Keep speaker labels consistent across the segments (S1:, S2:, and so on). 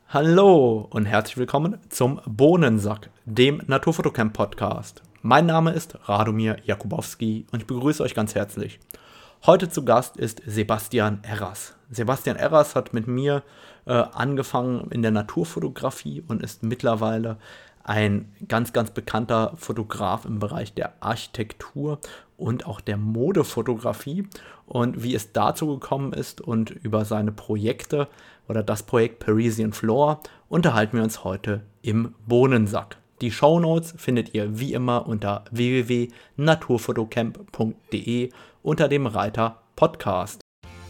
S1: Hallo und herzlich willkommen zum Bohnensack, dem Naturfotocamp-Podcast. Mein Name ist Radomir Jakubowski und ich begrüße euch ganz herzlich. Heute zu Gast ist Sebastian Erras. Sebastian Erras hat mit mir angefangen in der Naturfotografie und ist mittlerweile ein ganz, ganz bekannter Fotograf im Bereich der Architektur und auch der Modefotografie. Und wie es dazu gekommen ist und über seine Projekte oder das Projekt Parisian Floor unterhalten wir uns heute im Bohnensack. Die Shownotes findet ihr wie immer unter www.naturfotocamp.de unter dem Reiter Podcast.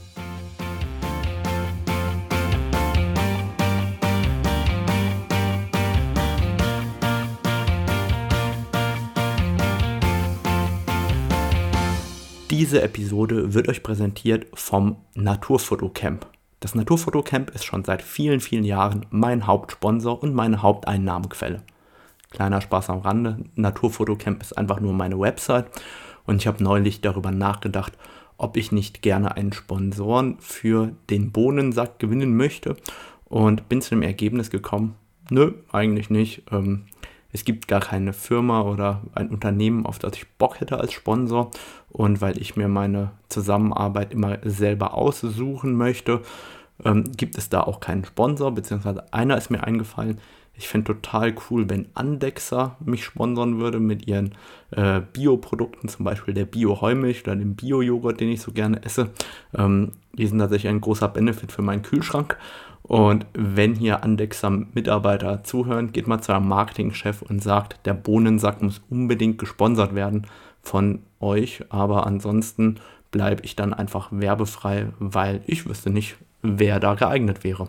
S1: Diese Episode wird euch präsentiert vom Naturfotocamp. Das Naturfotocamp ist schon seit vielen, vielen Jahren mein Hauptsponsor und meine Haupteinnahmequelle. Kleiner Spaß am Rande, Naturfotocamp ist einfach nur meine Website und ich habe neulich darüber nachgedacht, ob ich nicht gerne einen Sponsoren für den Bohnensack gewinnen möchte und bin zu dem Ergebnis gekommen, nö, eigentlich nicht. Es gibt gar keine Firma oder ein Unternehmen, auf das ich Bock hätte als Sponsor. Und weil ich mir meine Zusammenarbeit immer selber aussuchen möchte, gibt es da auch keinen Sponsor, beziehungsweise einer ist mir eingefallen. Ich fände total cool, wenn Andexer mich sponsern würde mit ihren Bioprodukten, zum Beispiel der Bio-Heumilch oder dem Bio-Joghurt, den ich so gerne esse. Die sind tatsächlich ein großer Benefit für meinen Kühlschrank. Und wenn hier Andexer-Mitarbeiter zuhören, geht mal zu einem Marketingchef und sagt, der Bohnensack muss unbedingt gesponsert werden von euch. Aber ansonsten bleibe ich dann einfach werbefrei, weil ich wüsste nicht, wer da geeignet wäre.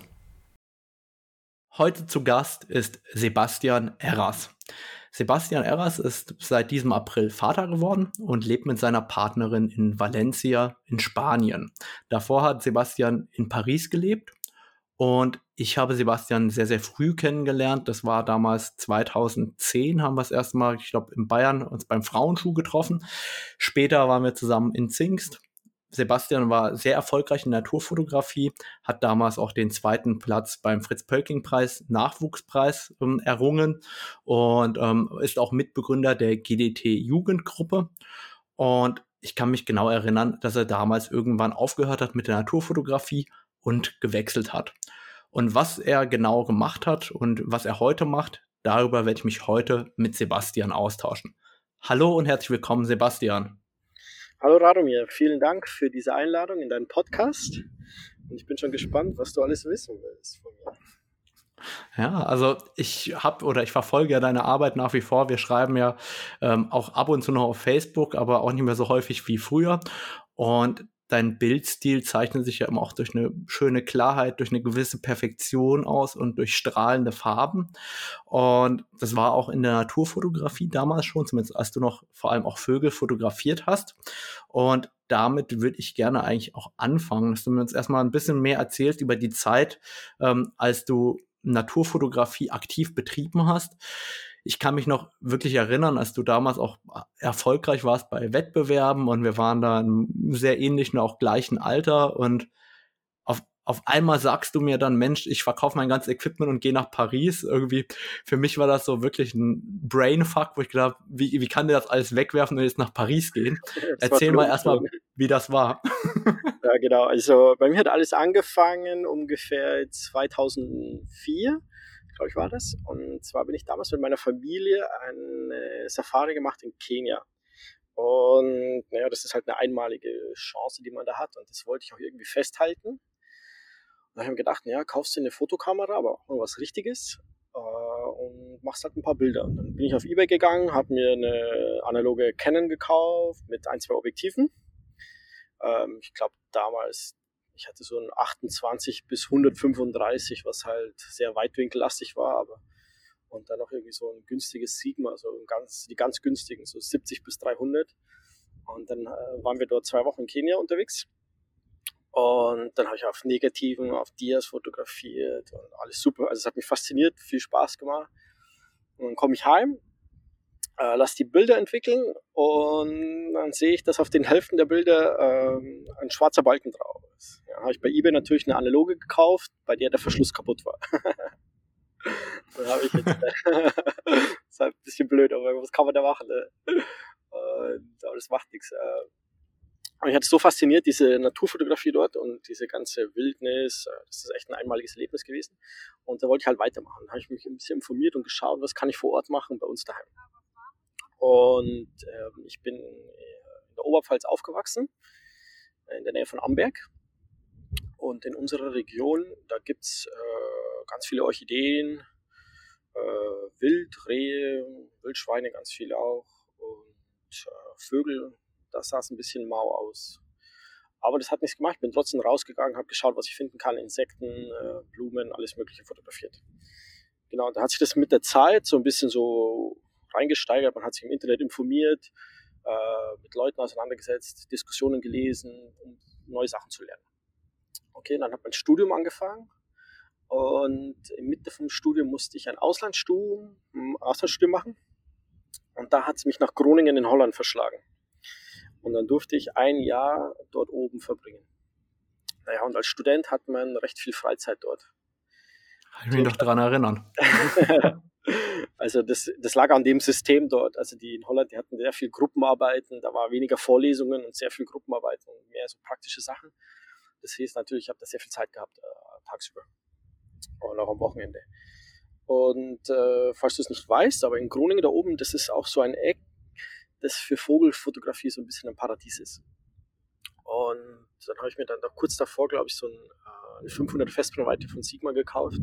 S1: Heute zu Gast ist Sebastian Erras. Sebastian Erras ist seit diesem April Vater geworden und lebt mit seiner Partnerin in Valencia in Spanien. Davor hat Sebastian in Paris gelebt. Und ich habe Sebastian sehr, sehr früh kennengelernt. Das war damals 2010, haben wir das erste Mal, ich glaube, in Bayern uns beim Frauenschuh getroffen. Später waren wir zusammen in Zingst. Sebastian war sehr erfolgreich in der Naturfotografie, hat damals auch den zweiten Platz beim Fritz-Pölking-Preis, Nachwuchspreis, errungen und ist auch Mitbegründer der GDT-Jugendgruppe. Und ich kann mich genau erinnern, dass er damals irgendwann aufgehört hat mit der Naturfotografie und gewechselt hat. Und was er genau gemacht hat und was er heute macht, darüber werde ich mich heute mit Sebastian austauschen. Hallo und herzlich willkommen, Sebastian.
S2: Hallo Radomir, vielen Dank für diese Einladung in deinen Podcast. Und ich bin schon gespannt, was du alles wissen willst von mir.
S1: Ja, also ich verfolge ja deine Arbeit nach wie vor. Wir schreiben ja auch ab und zu noch auf Facebook, aber auch nicht mehr so häufig wie früher. Und dein Bildstil zeichnet sich ja immer auch durch eine schöne Klarheit, durch eine gewisse Perfektion aus und durch strahlende Farben. Und das war auch in der Naturfotografie damals schon, zumindest als du noch vor allem auch Vögel fotografiert hast. Und damit würde ich gerne eigentlich auch anfangen, dass du mir uns erstmal ein bisschen mehr erzählst über die Zeit, als du Naturfotografie aktiv betrieben hast. Ich kann mich noch wirklich erinnern, als du damals auch erfolgreich warst bei Wettbewerben und wir waren da im sehr ähnlichen, auch gleichen Alter und auf einmal sagst du mir dann, Mensch, ich verkaufe mein ganzes Equipment und gehe nach Paris. Irgendwie, für mich war das so wirklich ein Brainfuck, wo ich gedacht habe, wie kann der das alles wegwerfen und jetzt nach Paris gehen? Erzähl mal erstmal, wie das war.
S2: Ja, genau. Also bei mir hat alles angefangen ungefähr 2004, glaube ich, war das. Und zwar bin ich damals mit meiner Familie eine Safari gemacht in Kenia. Und naja, das ist halt eine einmalige Chance, die man da hat. Und das wollte ich auch irgendwie festhalten. Und dann habe ich mir gedacht, ja, kaufst du eine Fotokamera, aber auch noch was Richtiges und machst halt ein paar Bilder. Und dann bin ich auf eBay gegangen, habe mir eine analoge Canon gekauft mit 2 Objektiven. Ich glaube damals, ich hatte so ein 28 bis 135, was halt sehr weitwinkellastig war, aber und dann noch irgendwie so ein günstiges Sigma, also die ganz günstigen, so 70 bis 300. Und dann waren wir dort 2 Wochen in Kenia unterwegs. Und dann habe ich auf Negativen, auf Dias fotografiert und alles super. Also es hat mich fasziniert, viel Spaß gemacht. Und dann komme ich heim, lasse die Bilder entwickeln und dann sehe ich, dass auf den Hälften der Bilder ein schwarzer Balken drauf ist. Ja, habe ich bei eBay natürlich eine analoge gekauft, bei der der Verschluss kaputt war. Dann habe ich jetzt, ist halt ein bisschen blöd, aber was kann man da machen? Ne? Aber das macht nichts. Mich hat es so fasziniert, diese Naturfotografie dort und diese ganze Wildnis. Das ist echt ein einmaliges Erlebnis gewesen. Und da wollte ich halt weitermachen. Da habe ich mich ein bisschen informiert und geschaut, was kann ich vor Ort machen bei uns daheim. Und ich bin in der Oberpfalz aufgewachsen, in der Nähe von Amberg. Und in unserer Region, da gibt es ganz viele Orchideen, Wild, Rehe, Wildschweine, ganz viele auch. Und Vögel, da sah es ein bisschen mau aus. Aber das hat nichts gemacht. Ich bin trotzdem rausgegangen, habe geschaut, was ich finden kann. Insekten, Blumen, alles Mögliche fotografiert. Genau, da hat sich das mit der Zeit so ein bisschen so reingesteigert. Man hat sich im Internet informiert, mit Leuten auseinandergesetzt, Diskussionen gelesen, um neue Sachen zu lernen. Okay, dann hat mein Studium angefangen. Und in Mitte vom Studium musste ich ein Auslandsstudium machen. Und da hat es mich nach Groningen in Holland verschlagen. Und dann durfte ich ein Jahr dort oben verbringen. Naja, und als Student hat man recht viel Freizeit dort.
S1: Kann ich mich noch daran erinnern.
S2: Also das lag an dem System dort. Also die in Holland, die hatten sehr viel Gruppenarbeiten, da war weniger Vorlesungen und sehr viel Gruppenarbeiten und mehr so praktische Sachen. Das hieß natürlich, ich habe da sehr viel Zeit gehabt, tagsüber und auch am Wochenende. Und falls du es nicht weißt, aber in Groningen da oben, das ist auch so ein Eck, das für Vogelfotografie so ein bisschen ein Paradies ist. Und dann habe ich mir dann da kurz davor, glaube ich, so eine 500 Festbrennweite von Sigma gekauft.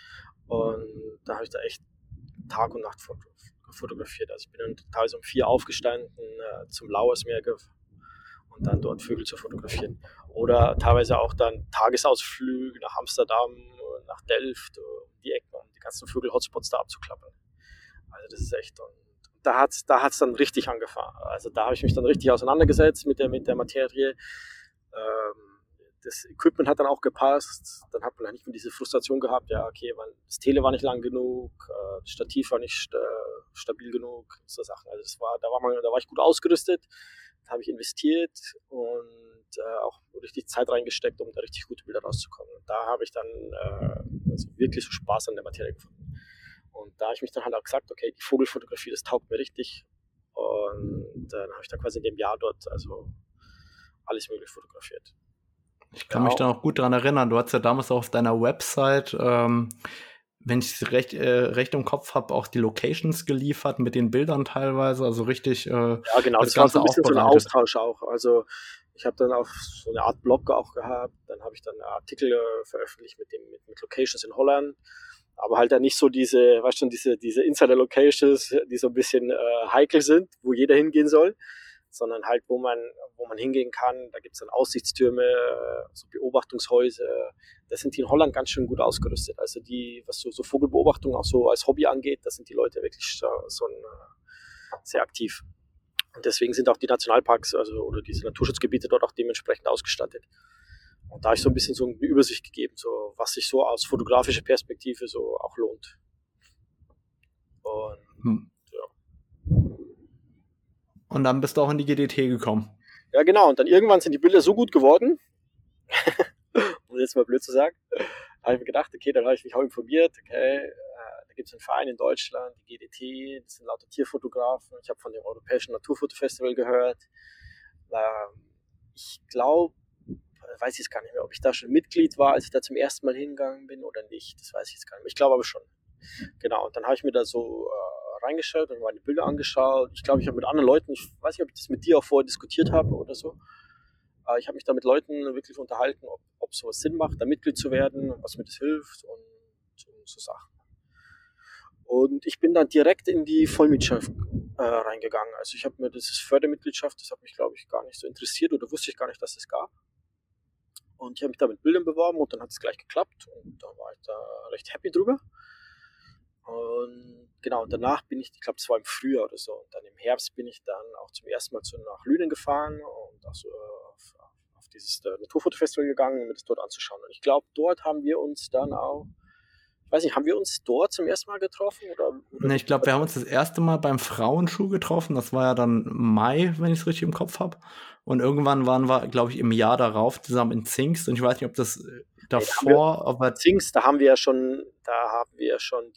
S2: Und da habe ich da echt Tag und Nacht fotografiert. Also ich bin dann teilweise um 4 aufgestanden, zum Lauersmeer und dann dort Vögel zu fotografieren. Oder teilweise auch dann Tagesausflüge nach Amsterdam, nach Delft, die Ecken, um die ganzen Vögel-Hotspots da abzuklappern. Also das ist echt... Und da hat's dann richtig angefangen. Also da habe ich mich dann richtig auseinandergesetzt mit der Materie. Das Equipment hat dann auch gepasst. Dann hat man dann nicht mehr diese Frustration gehabt, ja, okay, das Tele war nicht lang genug, das Stativ war nicht stabil genug, so Sachen. Also da war ich gut ausgerüstet, da habe ich investiert und auch richtig Zeit reingesteckt, um da richtig gute Bilder rauszukommen. Und da habe ich dann wirklich so Spaß an der Materie gefunden. Und da habe ich mich dann halt auch gesagt, okay, die Vogelfotografie, das taugt mir richtig. Und dann habe ich da quasi in dem Jahr dort also alles mögliche fotografiert.
S1: Ich kann mich da noch gut dran erinnern. Du hast ja damals auch auf deiner Website, wenn ich es recht im Kopf habe, auch die Locations geliefert mit den Bildern teilweise. Also richtig.
S2: Ja, genau. Das war so ein bisschen so ein Austausch auch. Also ich habe dann auch so eine Art Blog auch gehabt. Dann habe ich dann Artikel veröffentlicht mit Locations in Holland. Aber halt dann nicht so diese Insider-Locations, die so ein bisschen heikel sind, wo jeder hingehen soll, sondern halt, wo man hingehen kann. Da gibt es dann Aussichtstürme, so Beobachtungshäuser. Da sind die in Holland ganz schön gut ausgerüstet. Also die, was so Vogelbeobachtung auch so als Hobby angeht, da sind die Leute wirklich sehr aktiv. Und deswegen sind auch die Nationalparks oder diese Naturschutzgebiete dort auch dementsprechend ausgestattet. Und da habe ich so ein bisschen so eine Übersicht gegeben, so was sich so aus fotografischer Perspektive so auch lohnt. Und ja.
S1: Und dann bist du auch in die GDT gekommen.
S2: Ja, genau. Und dann irgendwann sind die Bilder so gut geworden, um jetzt mal blöd zu sagen, habe ich mir gedacht, okay, dann habe ich mich auch informiert, okay, da gibt es einen Verein in Deutschland, die GDT, das sind lauter Tierfotografen. Ich habe von dem Europäischen Naturfotofestival gehört. Ich glaube, weiß ich jetzt gar nicht mehr, ob ich da schon Mitglied war, als ich da zum ersten Mal hingegangen bin oder nicht. Das weiß ich jetzt gar nicht mehr. Ich glaube aber schon. Genau, und dann habe ich mir da so reingeschaut und meine Bilder angeschaut. Ich glaube, ich habe mit anderen Leuten, ich weiß nicht, ob ich das mit dir auch vorher diskutiert habe oder so. Ich habe mich da mit Leuten wirklich unterhalten, ob sowas Sinn macht, da Mitglied zu werden, was mir das hilft und so Sachen. Und ich bin dann direkt in die Vollmitgliedschaft reingegangen. Also ich habe mir das Fördermitgliedschaft, das hat mich, glaube ich, gar nicht so interessiert oder wusste ich gar nicht, dass es gab. Und ich habe mich da mit Bildern beworben und dann hat es gleich geklappt und da war ich da recht happy drüber. Und genau, und danach bin ich glaube, es war im Frühjahr oder so. Und dann im Herbst bin ich dann auch zum ersten Mal nach Lünen gefahren und auch so auf dieses Naturfotofestival gegangen, um mir das dort anzuschauen. Und ich glaube, dort haben wir uns dann auch, ich weiß nicht, haben wir uns dort zum ersten Mal getroffen? Oder
S1: ne, ich glaube, wir haben uns das erste Mal beim Frauenschuh getroffen. Das war ja dann Mai, wenn ich es richtig im Kopf habe. Und irgendwann waren wir, glaube ich, im Jahr darauf zusammen in Zingst. Und ich weiß nicht, ob das
S2: Nee, da haben wir
S1: davor, aber
S2: Zings, da haben wir ja schon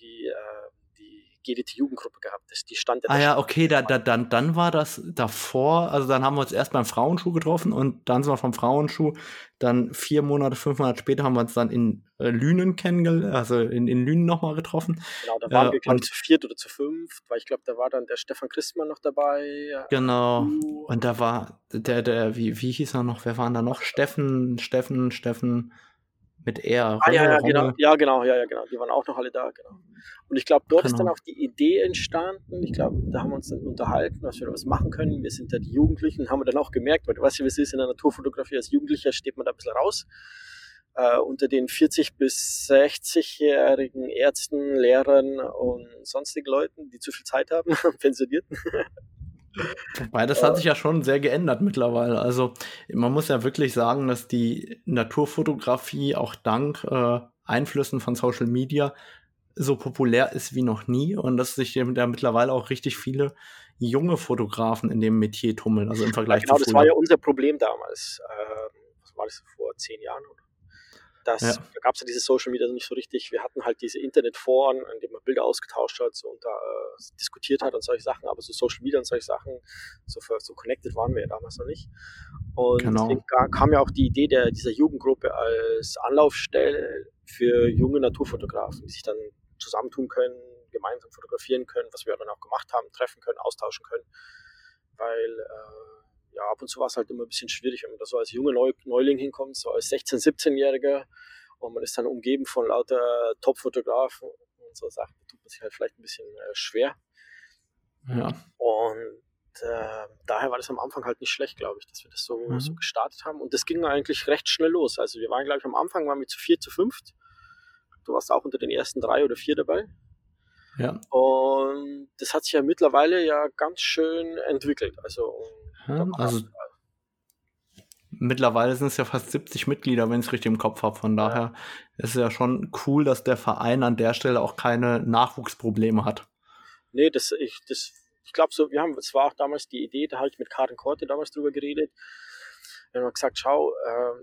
S2: die GDT-Jugendgruppe gehabt. Die stand ja
S1: ah
S2: da
S1: ja,
S2: schon.
S1: okay, dann war das davor, also dann haben wir uns erst beim Frauenschuh getroffen und dann sind wir vom Frauenschuh, dann 4 Monate, 5 Monate später haben wir uns dann in Lünen kennengelernt, also in Lünen nochmal getroffen.
S2: Genau, da waren wir, glaube ich,
S1: Und
S2: zu viert oder zu fünft, weil ich glaube, da war dann der Stefan Christmann noch dabei.
S1: genau,
S2: Du.
S1: und da war wie hieß er noch, wer waren da noch? Steffen mit R,
S2: Ah, ja,
S1: Rommel,
S2: ja, genau,
S1: Rommel,
S2: ja, genau, ja, ja, genau. Die waren auch noch alle da, genau. Und ich glaube, dort ist dann
S1: genau.
S2: auch die Idee entstanden. Ich glaube, da haben wir uns dann unterhalten, was wir da was machen können. Wir sind da die Jugendlichen, haben wir dann auch gemerkt, weil du weißt ja, wie es ist in der Naturfotografie, als Jugendlicher steht man da ein bisschen raus. Unter den 40- bis 60-jährigen Ärzten, Lehrern und sonstigen Leuten, die zu viel Zeit haben, Pensionierten.
S1: Wobei, das hat sich ja schon sehr geändert mittlerweile. Also man muss ja wirklich sagen, dass die Naturfotografie auch dank Einflüssen von Social Media so populär ist wie noch nie und dass sich da mittlerweile auch richtig viele junge Fotografen in dem Metier tummeln, also im
S2: Ja,
S1: Vergleich zu
S2: genau, das war ja
S1: früher.
S2: unser Problem damals. Was war das, vor 10 Jahren?
S1: Ja,
S2: Da gab es ja diese Social Media nicht so richtig. Wir hatten halt diese Internetforen, in denen man Bilder ausgetauscht hat so, und da diskutiert hat und solche Sachen, aber so Social Media und solche Sachen, so connected waren wir ja damals noch nicht. Und
S1: genau.
S2: deswegen kam ja auch die Idee dieser Jugendgruppe als Anlaufstelle für junge Naturfotografen, die sich dann zusammentun können, gemeinsam fotografieren können, was wir dann auch gemacht haben, treffen können, austauschen können, weil ja, ab und zu war es halt immer ein bisschen schwierig, wenn man da so als junger Neuling hinkommt, so als 16-, 17-Jähriger, und man ist dann umgeben von lauter Top-Fotografen und so Sachen, da tut man sich halt vielleicht ein bisschen schwer.
S1: Ja.
S2: Und daher war das am Anfang halt nicht schlecht, glaube ich, dass wir das so gestartet haben. Und das ging eigentlich recht schnell los. Also wir waren, glaube ich, am Anfang waren wir zu 4, zu 5. Du warst auch unter den ersten 3 oder 4 dabei.
S1: Ja.
S2: Und das hat sich ja mittlerweile ja ganz schön entwickelt. Also,
S1: Ja, also mittlerweile sind es ja fast 70 Mitglieder, wenn ich es richtig im Kopf habe. Von daher ist es ja schon cool, dass der Verein an der Stelle auch keine Nachwuchsprobleme hat.
S2: nee, ich glaube so, es war auch damals die Idee, da habe ich mit Karin Korte damals drüber geredet. Wir haben gesagt, schau,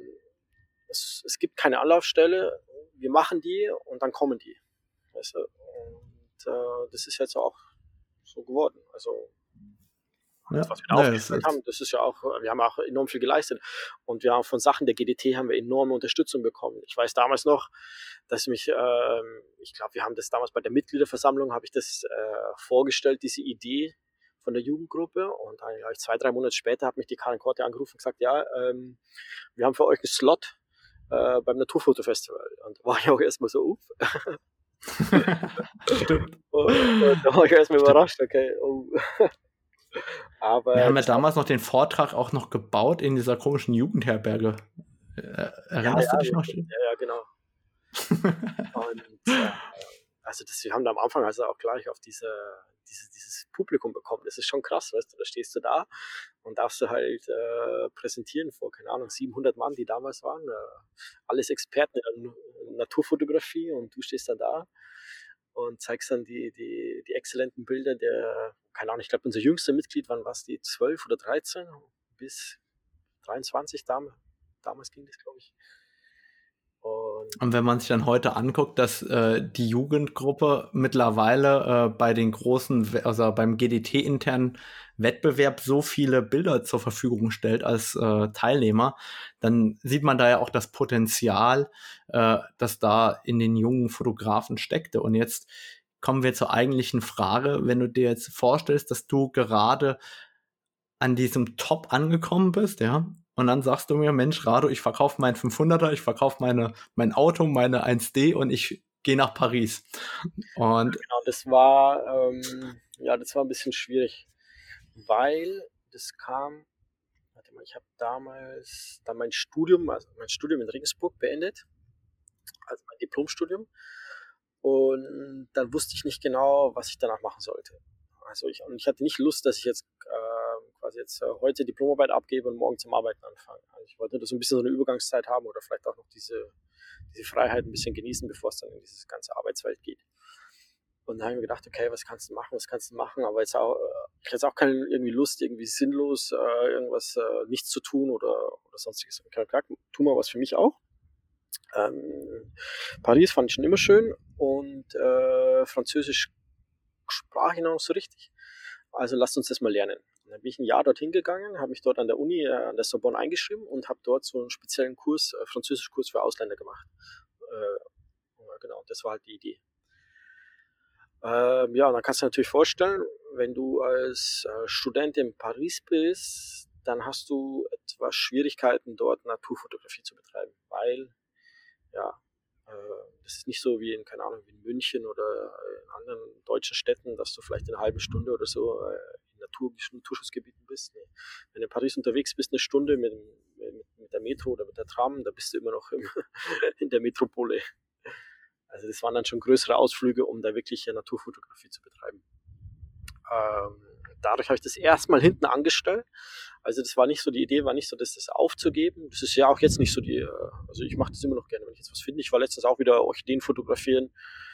S2: es gibt keine Anlaufstelle, wir machen die und dann kommen die. Weißt du? Und das ist jetzt auch so geworden. Also
S1: Ja,
S2: was wir da aufgestellt haben, das ist ja auch, wir haben auch enorm viel geleistet. Und wir haben von Sachen der GDT haben wir enorme Unterstützung bekommen. Ich weiß damals noch, dass ich glaube, wir haben das damals bei der Mitgliederversammlung, habe ich das vorgestellt, diese Idee von der Jugendgruppe. Und dann, glaube ich, 2, 3 Monate später hat mich die Karin Korte angerufen und gesagt, ja, wir haben für euch einen Slot beim Naturfotofestival. Und da war ich auch erstmal so,
S1: Stimmt.
S2: und da war ich erstmal überrascht, okay, Aber
S1: Wir haben ja damals noch den Vortrag auch noch gebaut in dieser komischen Jugendherberge. Erinnerst du dich noch?
S2: Ja, genau. Und also wir haben da am Anfang also auch gleich auf dieses Publikum bekommen. Das ist schon krass, weißt du, da stehst du da und darfst du halt präsentieren vor, keine Ahnung, 700 Mann, die damals waren, alles Experten in der Naturfotografie, und du stehst dann da und zeigst dann die exzellenten Bilder keine Ahnung, ich glaube, unser jüngster Mitglied, wann war es, die 12 oder 13 bis 23, damals ging das, glaube ich.
S1: Und wenn man sich dann heute anguckt, dass die Jugendgruppe mittlerweile bei den großen, also beim GDT-internen Wettbewerb so viele Bilder zur Verfügung stellt als Teilnehmer, dann sieht man da ja auch das Potenzial, das da in den jungen Fotografen steckte. Und jetzt kommen wir zur eigentlichen Frage, wenn du dir jetzt vorstellst, dass du gerade an diesem Top angekommen bist, ja, und dann sagst du mir, Mensch, Rado, ich verkaufe meinen 500er, ich verkaufe mein Auto, meine 1D und ich gehe nach Paris. Und
S2: genau, das war ein bisschen schwierig, weil das kam, warte mal, ich habe damals dann mein Studium in Regensburg beendet, also mein Diplomstudium, und dann wusste ich nicht genau, was ich danach machen sollte. Also ich hatte nicht Lust, dass ich jetzt quasi jetzt heute Diplomarbeit abgebe und morgen zum Arbeiten anfange. Also ich wollte so ein bisschen so eine Übergangszeit haben oder vielleicht auch noch diese Freiheit ein bisschen genießen, bevor es dann in diese ganze Arbeitswelt geht. Und dann habe ich mir gedacht, okay, was kannst du machen? Aber ich hatte jetzt auch keine irgendwie Lust, irgendwie sinnlos irgendwas nichts zu tun oder sonstiges. Ich habe gesagt, tu mal was für mich auch. Paris fand ich schon immer schön und Französisch sprach ich noch nicht so richtig. Also lasst uns das mal lernen. Und dann bin ich ein Jahr dorthin gegangen, habe mich dort an der Uni, an der Sorbonne eingeschrieben und habe dort so einen speziellen Kurs, Französischkurs für Ausländer gemacht. Genau, das war halt die Idee. Ja, und dann kannst du dir natürlich vorstellen, wenn du als Student in Paris bist, dann hast du etwas Schwierigkeiten, dort Naturfotografie zu betreiben, weil, ja, das ist nicht so wie in, keine Ahnung, wie in München oder in anderen deutschen Städten, dass du vielleicht eine halbe Stunde oder so in Naturschutzgebieten bist. Nee. Wenn du in Paris unterwegs bist, eine Stunde mit der Metro oder mit der Tram, da bist du immer noch in der Metropole. Also das waren dann schon größere Ausflüge, um da wirklich Naturfotografie zu betreiben. Dadurch habe ich das erstmal hinten angestellt. Also das war nicht so, die Idee war nicht so, das aufzugeben. Das ist ja auch jetzt nicht so also ich mache das immer noch gerne, wenn ich jetzt was finde. Ich war letztens auch wieder Orchideen fotografieren.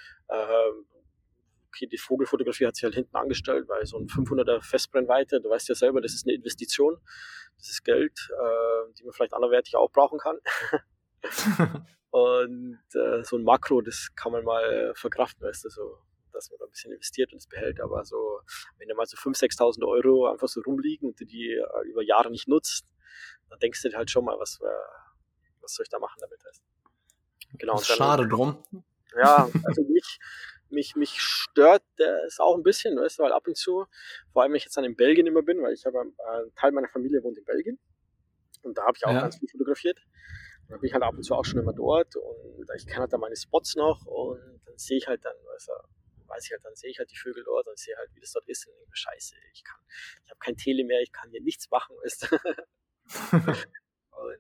S2: Okay, die Vogelfotografie hat sich halt hinten angestellt, weil so ein 500er Festbrennweite, du weißt ja selber, das ist eine Investition. Das ist Geld, die man vielleicht anderweitig auch brauchen kann. Und so ein Makro, das kann man mal verkraften, weißt du, so, dass man da ein bisschen investiert und es behält. Aber so, wenn da mal so 5.000, 6.000 Euro einfach so rumliegen und du die über Jahre nicht nutzt, dann denkst du dir halt schon mal, was soll ich da machen damit?
S1: Genau, das ist schade drum.
S2: Ja, also mich stört das auch ein bisschen, weißt du, weil ab und zu, vor allem wenn ich jetzt dann in Belgien immer bin, weil ich habe ein Teil meiner Familie wohnt in Belgien und da habe ich auch ganz viel fotografiert. Und dann bin ich halt ab und zu auch schon immer dort und ich kenne halt da meine Spots noch und dann sehe ich halt dann, dann sehe ich halt die Vögel dort und sehe halt, wie das dort ist und denke mir, scheiße, ich habe kein Tele mehr, ich kann hier nichts machen, weißt du. Und,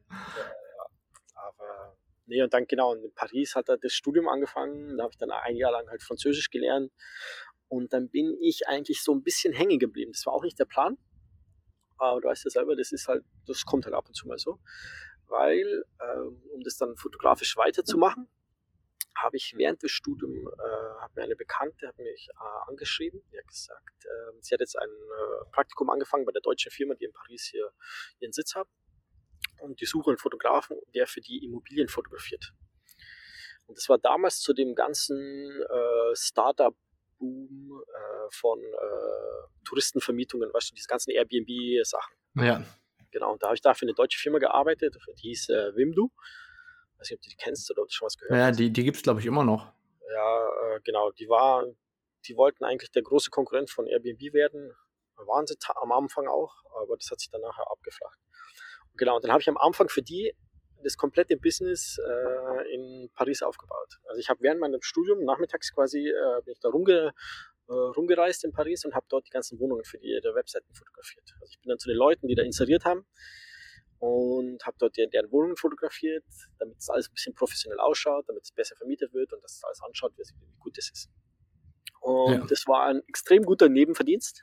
S2: aber nee, und dann genau, in Paris hat er das Studium angefangen, da habe ich dann ein Jahr lang halt Französisch gelernt und dann bin ich eigentlich so ein bisschen hängen geblieben. Das war auch nicht der Plan, aber du weißt ja selber, das kommt halt ab und zu mal so. Weil, um das dann fotografisch weiterzumachen, habe ich während des Studiums, hat mir eine Bekannte mich angeschrieben, die hat gesagt, sie hat jetzt ein Praktikum angefangen bei der deutschen Firma, die in Paris hier ihren Sitz hat und die suchen einen Fotografen, der für die Immobilien fotografiert. Und das war damals zu dem ganzen Startup-Boom von Touristenvermietungen, weißt du, diese ganzen Airbnb-Sachen.
S1: Ja.
S2: Genau, und da habe ich da für eine deutsche Firma gearbeitet, die hieß Wimdu. Ich weiß nicht, ob du die kennst oder ob du schon was gehört hast.
S1: Ja, die gibt es, glaube ich, immer noch.
S2: Ja, genau, die wollten eigentlich der große Konkurrent von Airbnb werden. Waren sie am Anfang auch, aber das hat sich dann nachher abgeflacht. Und genau, und dann habe ich am Anfang für die das komplette Business in Paris aufgebaut. Also ich habe während meinem Studium nachmittags quasi bin ich da rumgereist in Paris und habe dort die ganzen Wohnungen für die Webseiten fotografiert. Also ich bin dann zu den Leuten, die da inseriert haben und habe dort deren Wohnungen fotografiert, damit es alles ein bisschen professionell ausschaut, damit es besser vermietet wird und dass es alles anschaut, wie gut es ist. Und das war ein extrem guter Nebenverdienst.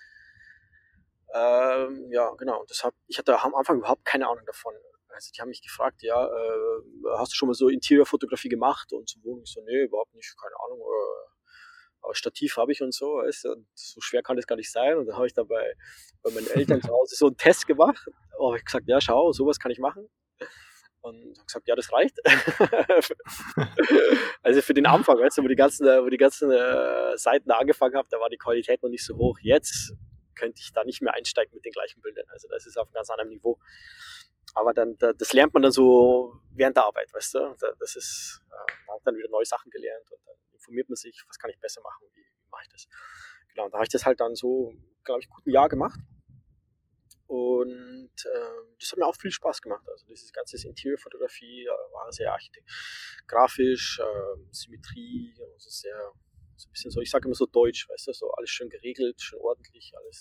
S2: Ja, genau. Und ich hatte am Anfang überhaupt keine Ahnung davon. Also die haben mich gefragt, ja, hast du schon mal so Interior-Fotografie gemacht und so Wohnung? Ich so, nee, überhaupt nicht, keine Ahnung. Aber Stativ habe ich und so, weißt du, und so schwer kann das gar nicht sein. Und dann habe ich da bei meinen Eltern zu Hause so einen Test gemacht. Und habe ich gesagt, ja, schau, sowas kann ich machen. Und habe gesagt, ja, das reicht. Also für den Anfang, weißt du, wo die ganzen Seiten da angefangen habe, da war die Qualität noch nicht so hoch. Jetzt könnte ich da nicht mehr einsteigen mit den gleichen Bildern. Also das ist auf einem ganz anderen Niveau. Aber dann, das lernt man dann so während der Arbeit, weißt du. Das ist, man hat dann wieder neue Sachen gelernt und dann informiert man sich, was kann ich besser machen, wie mache ich das. Genau, und da habe ich das halt dann so, glaube ich, gut ein Jahr gemacht. Und das hat mir auch viel Spaß gemacht. Also dieses ganze Interior-Fotografie war sehr grafisch, Symmetrie, also sehr, so ein bisschen so, ich sage immer so deutsch, weißt du, so alles schön geregelt, schön ordentlich, alles.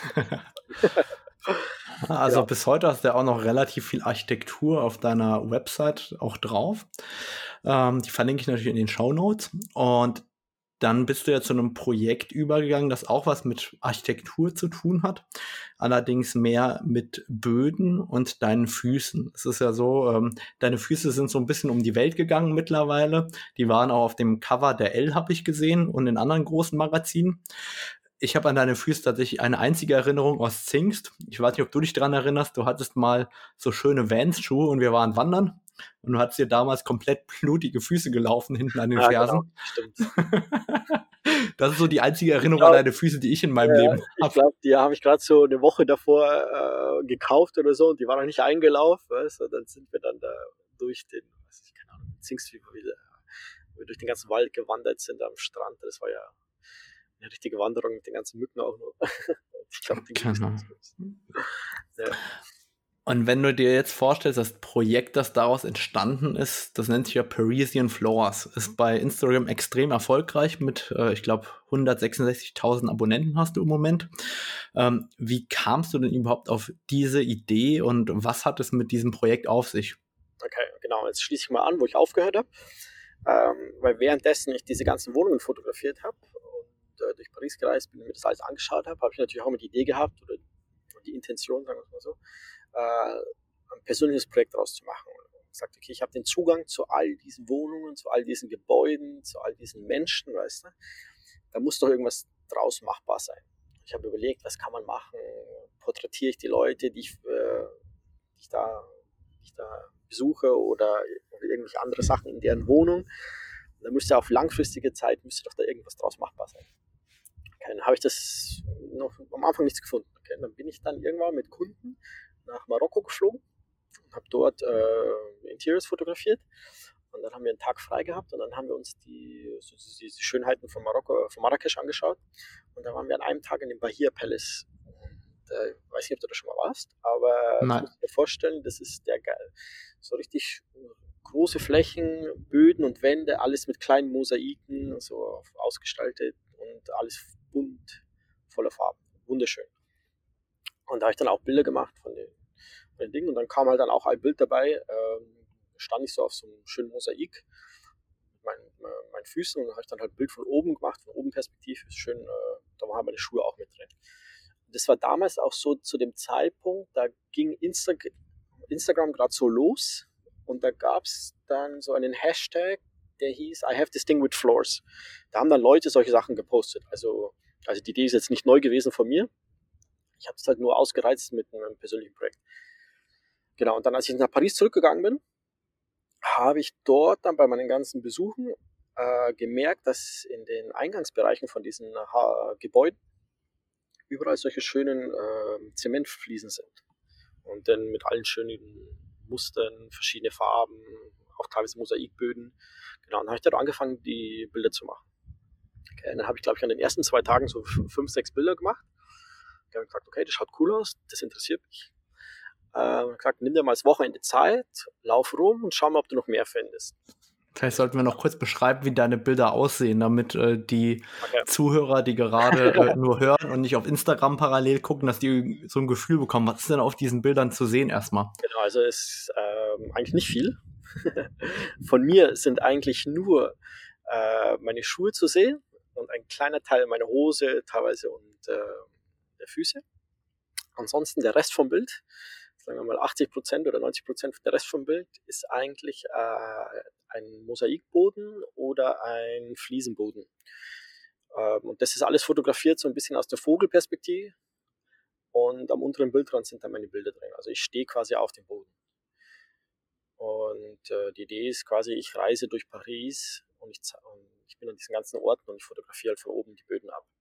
S1: Also bis heute hast du ja auch noch relativ viel Architektur auf deiner Website auch drauf. Die verlinke ich natürlich in den Shownotes. Und dann bist du ja zu einem Projekt übergegangen, das auch was mit Architektur zu tun hat. Allerdings mehr mit Böden und deinen Füßen. Es ist ja so, deine Füße sind so ein bisschen um die Welt gegangen mittlerweile. Die waren auch auf dem Cover der Elle, habe ich gesehen, und in anderen großen Magazinen. Ich habe an deine Füße tatsächlich eine einzige Erinnerung aus Zingst. Ich weiß nicht, ob du dich daran erinnerst. Du hattest mal so schöne Vans-Schuhe und wir waren wandern. Und du hattest dir damals komplett blutige Füße gelaufen hinten an den
S2: Ja, genau,
S1: Fersen.
S2: stimmt.
S1: Das ist so die einzige Erinnerung
S2: Ja,
S1: an deine Füße, die ich in meinem Leben
S2: ich
S1: habe.
S2: glaube, die habe ich gerade so eine Woche davor gekauft oder so und die war noch nicht eingelaufen. Weißt du? Dann sind wir dann da durch den, weiß ich, keine Ahnung, Zingsvieh wieder, wo wir durch den ganzen Wald gewandert sind am Strand. Das war ja eine richtige Wanderung mit den ganzen Mücken auch noch. Ich glaube, die
S1: Genau.
S2: Ja.
S1: Und wenn du dir jetzt vorstellst, das Projekt, das daraus entstanden ist, das nennt sich ja Parisian Floors, ist bei Instagram extrem erfolgreich mit, ich glaube, 166.000 Abonnenten hast du im Moment. Wie kamst du denn überhaupt auf diese Idee und was hat es mit diesem Projekt auf sich?
S2: Okay, genau. Jetzt schließe ich mal an, wo ich aufgehört habe. Weil währenddessen ich diese ganzen Wohnungen fotografiert habe und durch Paris gereist bin und mir das alles angeschaut habe, habe ich natürlich auch mal die Idee gehabt oder die Intention, sagen wir es mal so, ein persönliches Projekt daraus zu machen. Und gesagt, okay, ich habe den Zugang zu all diesen Wohnungen, zu all diesen Gebäuden, zu all diesen Menschen, weißt du, da muss doch irgendwas draus machbar sein. Ich habe überlegt, was kann man machen, porträtiere ich die Leute, die ich da besuche oder irgendwelche andere Sachen in deren Wohnung. Und da müsste auf langfristige Zeit doch da irgendwas draus machbar sein. Okay, dann habe ich das noch am Anfang nichts gefunden. Okay, dann bin ich dann irgendwann mit Kunden nach Marokko geflogen und habe dort Interiors fotografiert. Und dann haben wir einen Tag frei gehabt und dann haben wir uns die Schönheiten von Marrakesch angeschaut. Und dann waren wir an einem Tag in dem Bahia Palace. Ich weiß nicht, ob du da schon mal warst, aber
S1: Nein.
S2: du musst dir vorstellen, das ist der geil. So richtig große Flächen, Böden und Wände, alles mit kleinen Mosaiken, so ausgestaltet und alles bunt, voller Farben. Wunderschön. Und da habe ich dann auch Bilder gemacht von den Dingen und dann kam halt dann auch ein Bild dabei, stand ich so auf so einem schönen Mosaik mit meinen Füßen und dann habe ich dann halt ein Bild von oben gemacht, von oben Perspektive, ist schön, da waren meine Schuhe auch mit drin. Und das war damals auch so zu dem Zeitpunkt, da ging Instagram gerade so los und da gab es dann so einen Hashtag, der hieß I have this thing with floors. Da haben dann Leute solche Sachen gepostet. Also die Idee ist jetzt nicht neu gewesen von mir. Ich habe es halt nur ausgereizt mit einem persönlichen Projekt. Genau, und dann, als ich nach Paris zurückgegangen bin, habe ich dort dann bei meinen ganzen Besuchen gemerkt, dass in den Eingangsbereichen von diesen Gebäuden überall solche schönen Zementfliesen sind. Und dann mit allen schönen Mustern, verschiedene Farben, auch teilweise Mosaikböden. Genau, und dann habe ich dann angefangen, die Bilder zu machen. Okay, dann habe ich, glaube ich, an den ersten 2 Tagen so 5, 6 Bilder gemacht. Ich habe gesagt, okay, das schaut cool aus, das interessiert mich. Gesagt, nimm dir mal das Wochenende Zeit, lauf rum und schau mal, ob du noch mehr findest.
S1: Vielleicht sollten wir noch kurz beschreiben, wie deine Bilder aussehen, damit die Zuhörer, die gerade nur hören und nicht auf Instagram parallel gucken, dass die so ein Gefühl bekommen. Was ist denn auf diesen Bildern zu sehen erstmal?
S2: Genau, also es ist eigentlich nicht viel. Von mir sind eigentlich nur meine Schuhe zu sehen und ein kleiner Teil meiner Hose teilweise und der Füße. Ansonsten der Rest vom Bild, sagen wir mal 80% oder 90% der Rest vom Bild ist eigentlich ein Mosaikboden oder ein Fliesenboden. Und das ist alles fotografiert so ein bisschen aus der Vogelperspektive und am unteren Bildrand sind dann meine Bilder drin. Also ich stehe quasi auf dem Boden. Und die Idee ist quasi, ich reise durch Paris und ich bin an diesen ganzen Orten und ich fotografiere halt von oben die Böden ab.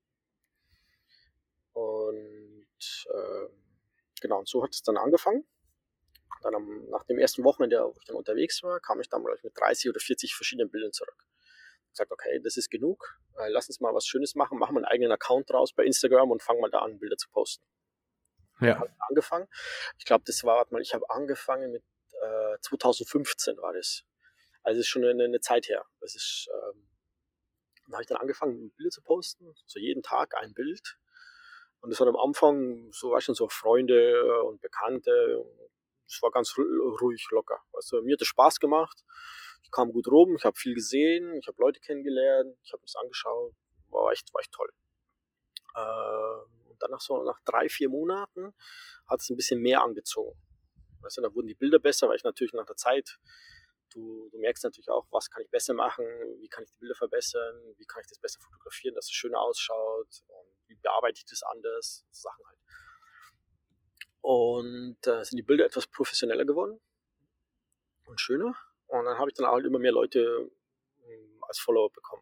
S2: Und genau, und so hat es dann angefangen. Dann nach dem ersten Wochenende, wo ich dann unterwegs war, kam ich dann gleich mit 30 oder 40 verschiedenen Bildern zurück. Ich gesagt, okay, das ist genug, lass uns mal was Schönes machen, machen wir einen eigenen Account draus bei Instagram und fangen mal da an, Bilder zu posten.
S1: Ja.
S2: Dann habe ich angefangen. Ich glaube, ich habe angefangen mit 2015 war das. Also ist schon eine Zeit her. Das ist, dann habe ich dann angefangen, Bilder zu posten, so jeden Tag ein Bild. Und das war am Anfang, so war schon so Freunde und Bekannte. Es war ganz ruhig, locker. Also mir hat es Spaß gemacht. Ich kam gut rum, ich habe viel gesehen, ich habe Leute kennengelernt, ich habe es angeschaut. War echt toll. Und dann nach 3, 4 Monaten hat es ein bisschen mehr angezogen. Weißt du, da wurden die Bilder besser, weil ich natürlich nach der Zeit, du merkst natürlich auch, was kann ich besser machen, wie kann ich die Bilder verbessern, wie kann ich das besser fotografieren, dass es schöner ausschaut, und wie bearbeite ich das anders, so Sachen halt. Und sind die Bilder etwas professioneller geworden. und schöner. Und dann habe ich dann halt immer mehr Leute als Follower bekommen.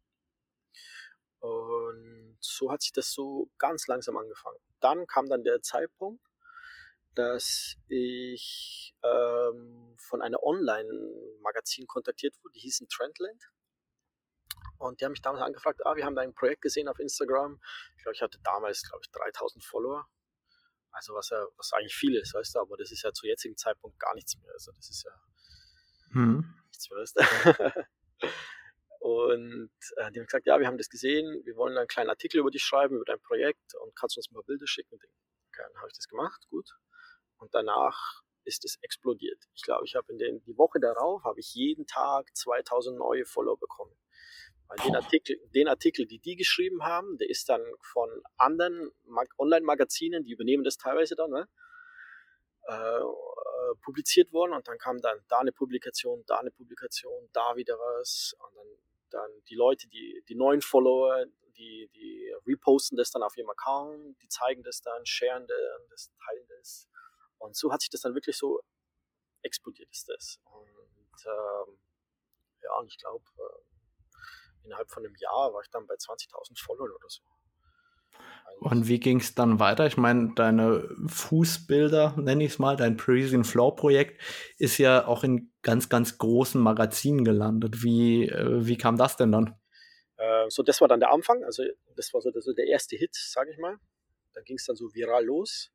S2: Und so hat sich das so ganz langsam angefangen. Dann kam dann der Zeitpunkt, dass ich von einer Online-Magazin kontaktiert wurde, die hießen Trendland. Und die haben mich damals angefragt, wir haben da ein Projekt gesehen auf Instagram. Ich glaube, ich hatte damals, 3000 Follower. Also was eigentlich viel ist, weißt du, aber das ist ja zu jetzigen Zeitpunkt gar nichts mehr. Also das ist ja nichts mehr, weißt du. Und die haben gesagt, wir haben das gesehen, wir wollen einen kleinen Artikel über dich schreiben, über dein Projekt und kannst du uns ein paar Bilder schicken. Okay, dann habe ich das gemacht, gut. Und danach ist es explodiert. Ich glaube, ich habe die Woche darauf habe ich jeden Tag 2000 neue Follower bekommen. Weil den Artikel, die geschrieben haben, der ist dann von anderen Online-Magazinen, die übernehmen das teilweise dann, ne? Publiziert worden, und dann kam dann da eine Publikation, da wieder was, und dann die Leute, die neuen Follower, die reposten das dann auf ihrem Account, die zeigen das dann, sharen das, teilen das, und so hat sich das dann wirklich so explodiert ist das. Und und ich glaube, innerhalb von einem Jahr war ich dann bei 20.000 Followern oder so.
S1: Und wie ging es dann weiter? Ich meine, deine Fußbilder, nenne ich es mal, dein Parisian Floor Projekt ist ja auch in ganz, ganz großen Magazinen gelandet. Wie kam das denn dann?
S2: So, das war dann der Anfang. Also das war so der erste Hit, sage ich mal. Dann ging es dann so viral los.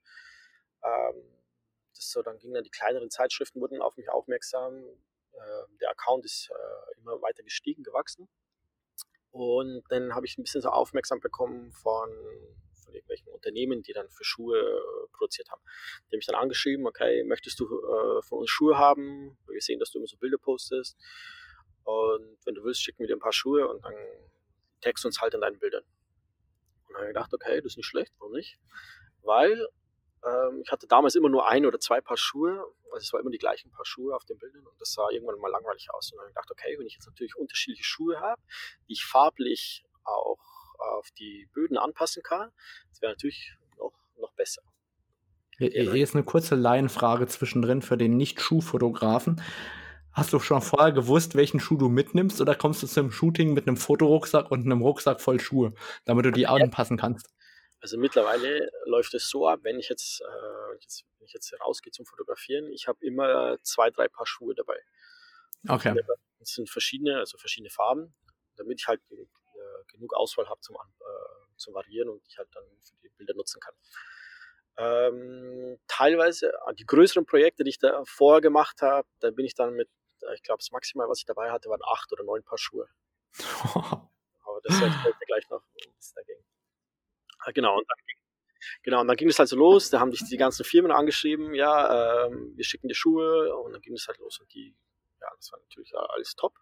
S2: Dann gingen dann die kleineren Zeitschriften, wurden auf mich aufmerksam. Der Account ist immer weiter gestiegen, gewachsen. Und dann habe ich ein bisschen so aufmerksam bekommen von irgendwelchen Unternehmen, die dann für Schuhe produziert haben. Die haben mich dann angeschrieben, okay, möchtest du von uns Schuhe haben? Wir sehen, dass du immer so Bilder postest. Und wenn du willst, schicken wir dir ein paar Schuhe und dann text uns halt in deinen Bildern. Und dann habe ich gedacht, okay, das ist nicht schlecht, warum nicht? Weil ich hatte damals immer nur ein oder zwei Paar Schuhe, also es war immer die gleichen Paar Schuhe auf den Bildern, und das sah irgendwann mal langweilig aus. Und dann habe ich gedacht, okay, wenn ich jetzt natürlich unterschiedliche Schuhe habe, die ich farblich auch auf die Böden anpassen kann, das wäre natürlich noch besser.
S1: Hier ist eine kurze Laienfrage zwischendrin für den Nicht-Schuhfotografen. Hast du schon vorher gewusst, welchen Schuh du mitnimmst, oder kommst du zum Shooting mit einem Fotorucksack und einem Rucksack voll Schuhe, damit du die anpassen kannst?
S2: Also mittlerweile läuft es so ab, wenn ich jetzt rausgehe zum Fotografieren, ich habe immer 2, 3 Paar Schuhe dabei.
S1: Okay.
S2: Das sind verschiedene Farben, damit ich halt genug Auswahl habe zum Variieren und ich halt dann für die Bilder nutzen kann. Teilweise, die größeren Projekte, die ich da vorher gemacht habe, da bin ich dann mit, ich glaube, das Maximal, was ich dabei hatte, waren 8 oder 9 Paar Schuhe. Aber das erzählt mir gleich noch, wie es da ging. Genau, und dann ging es halt so los, da haben dich die ganzen Firmen angeschrieben, wir schicken dir Schuhe, und dann ging es halt los, und das war natürlich alles top.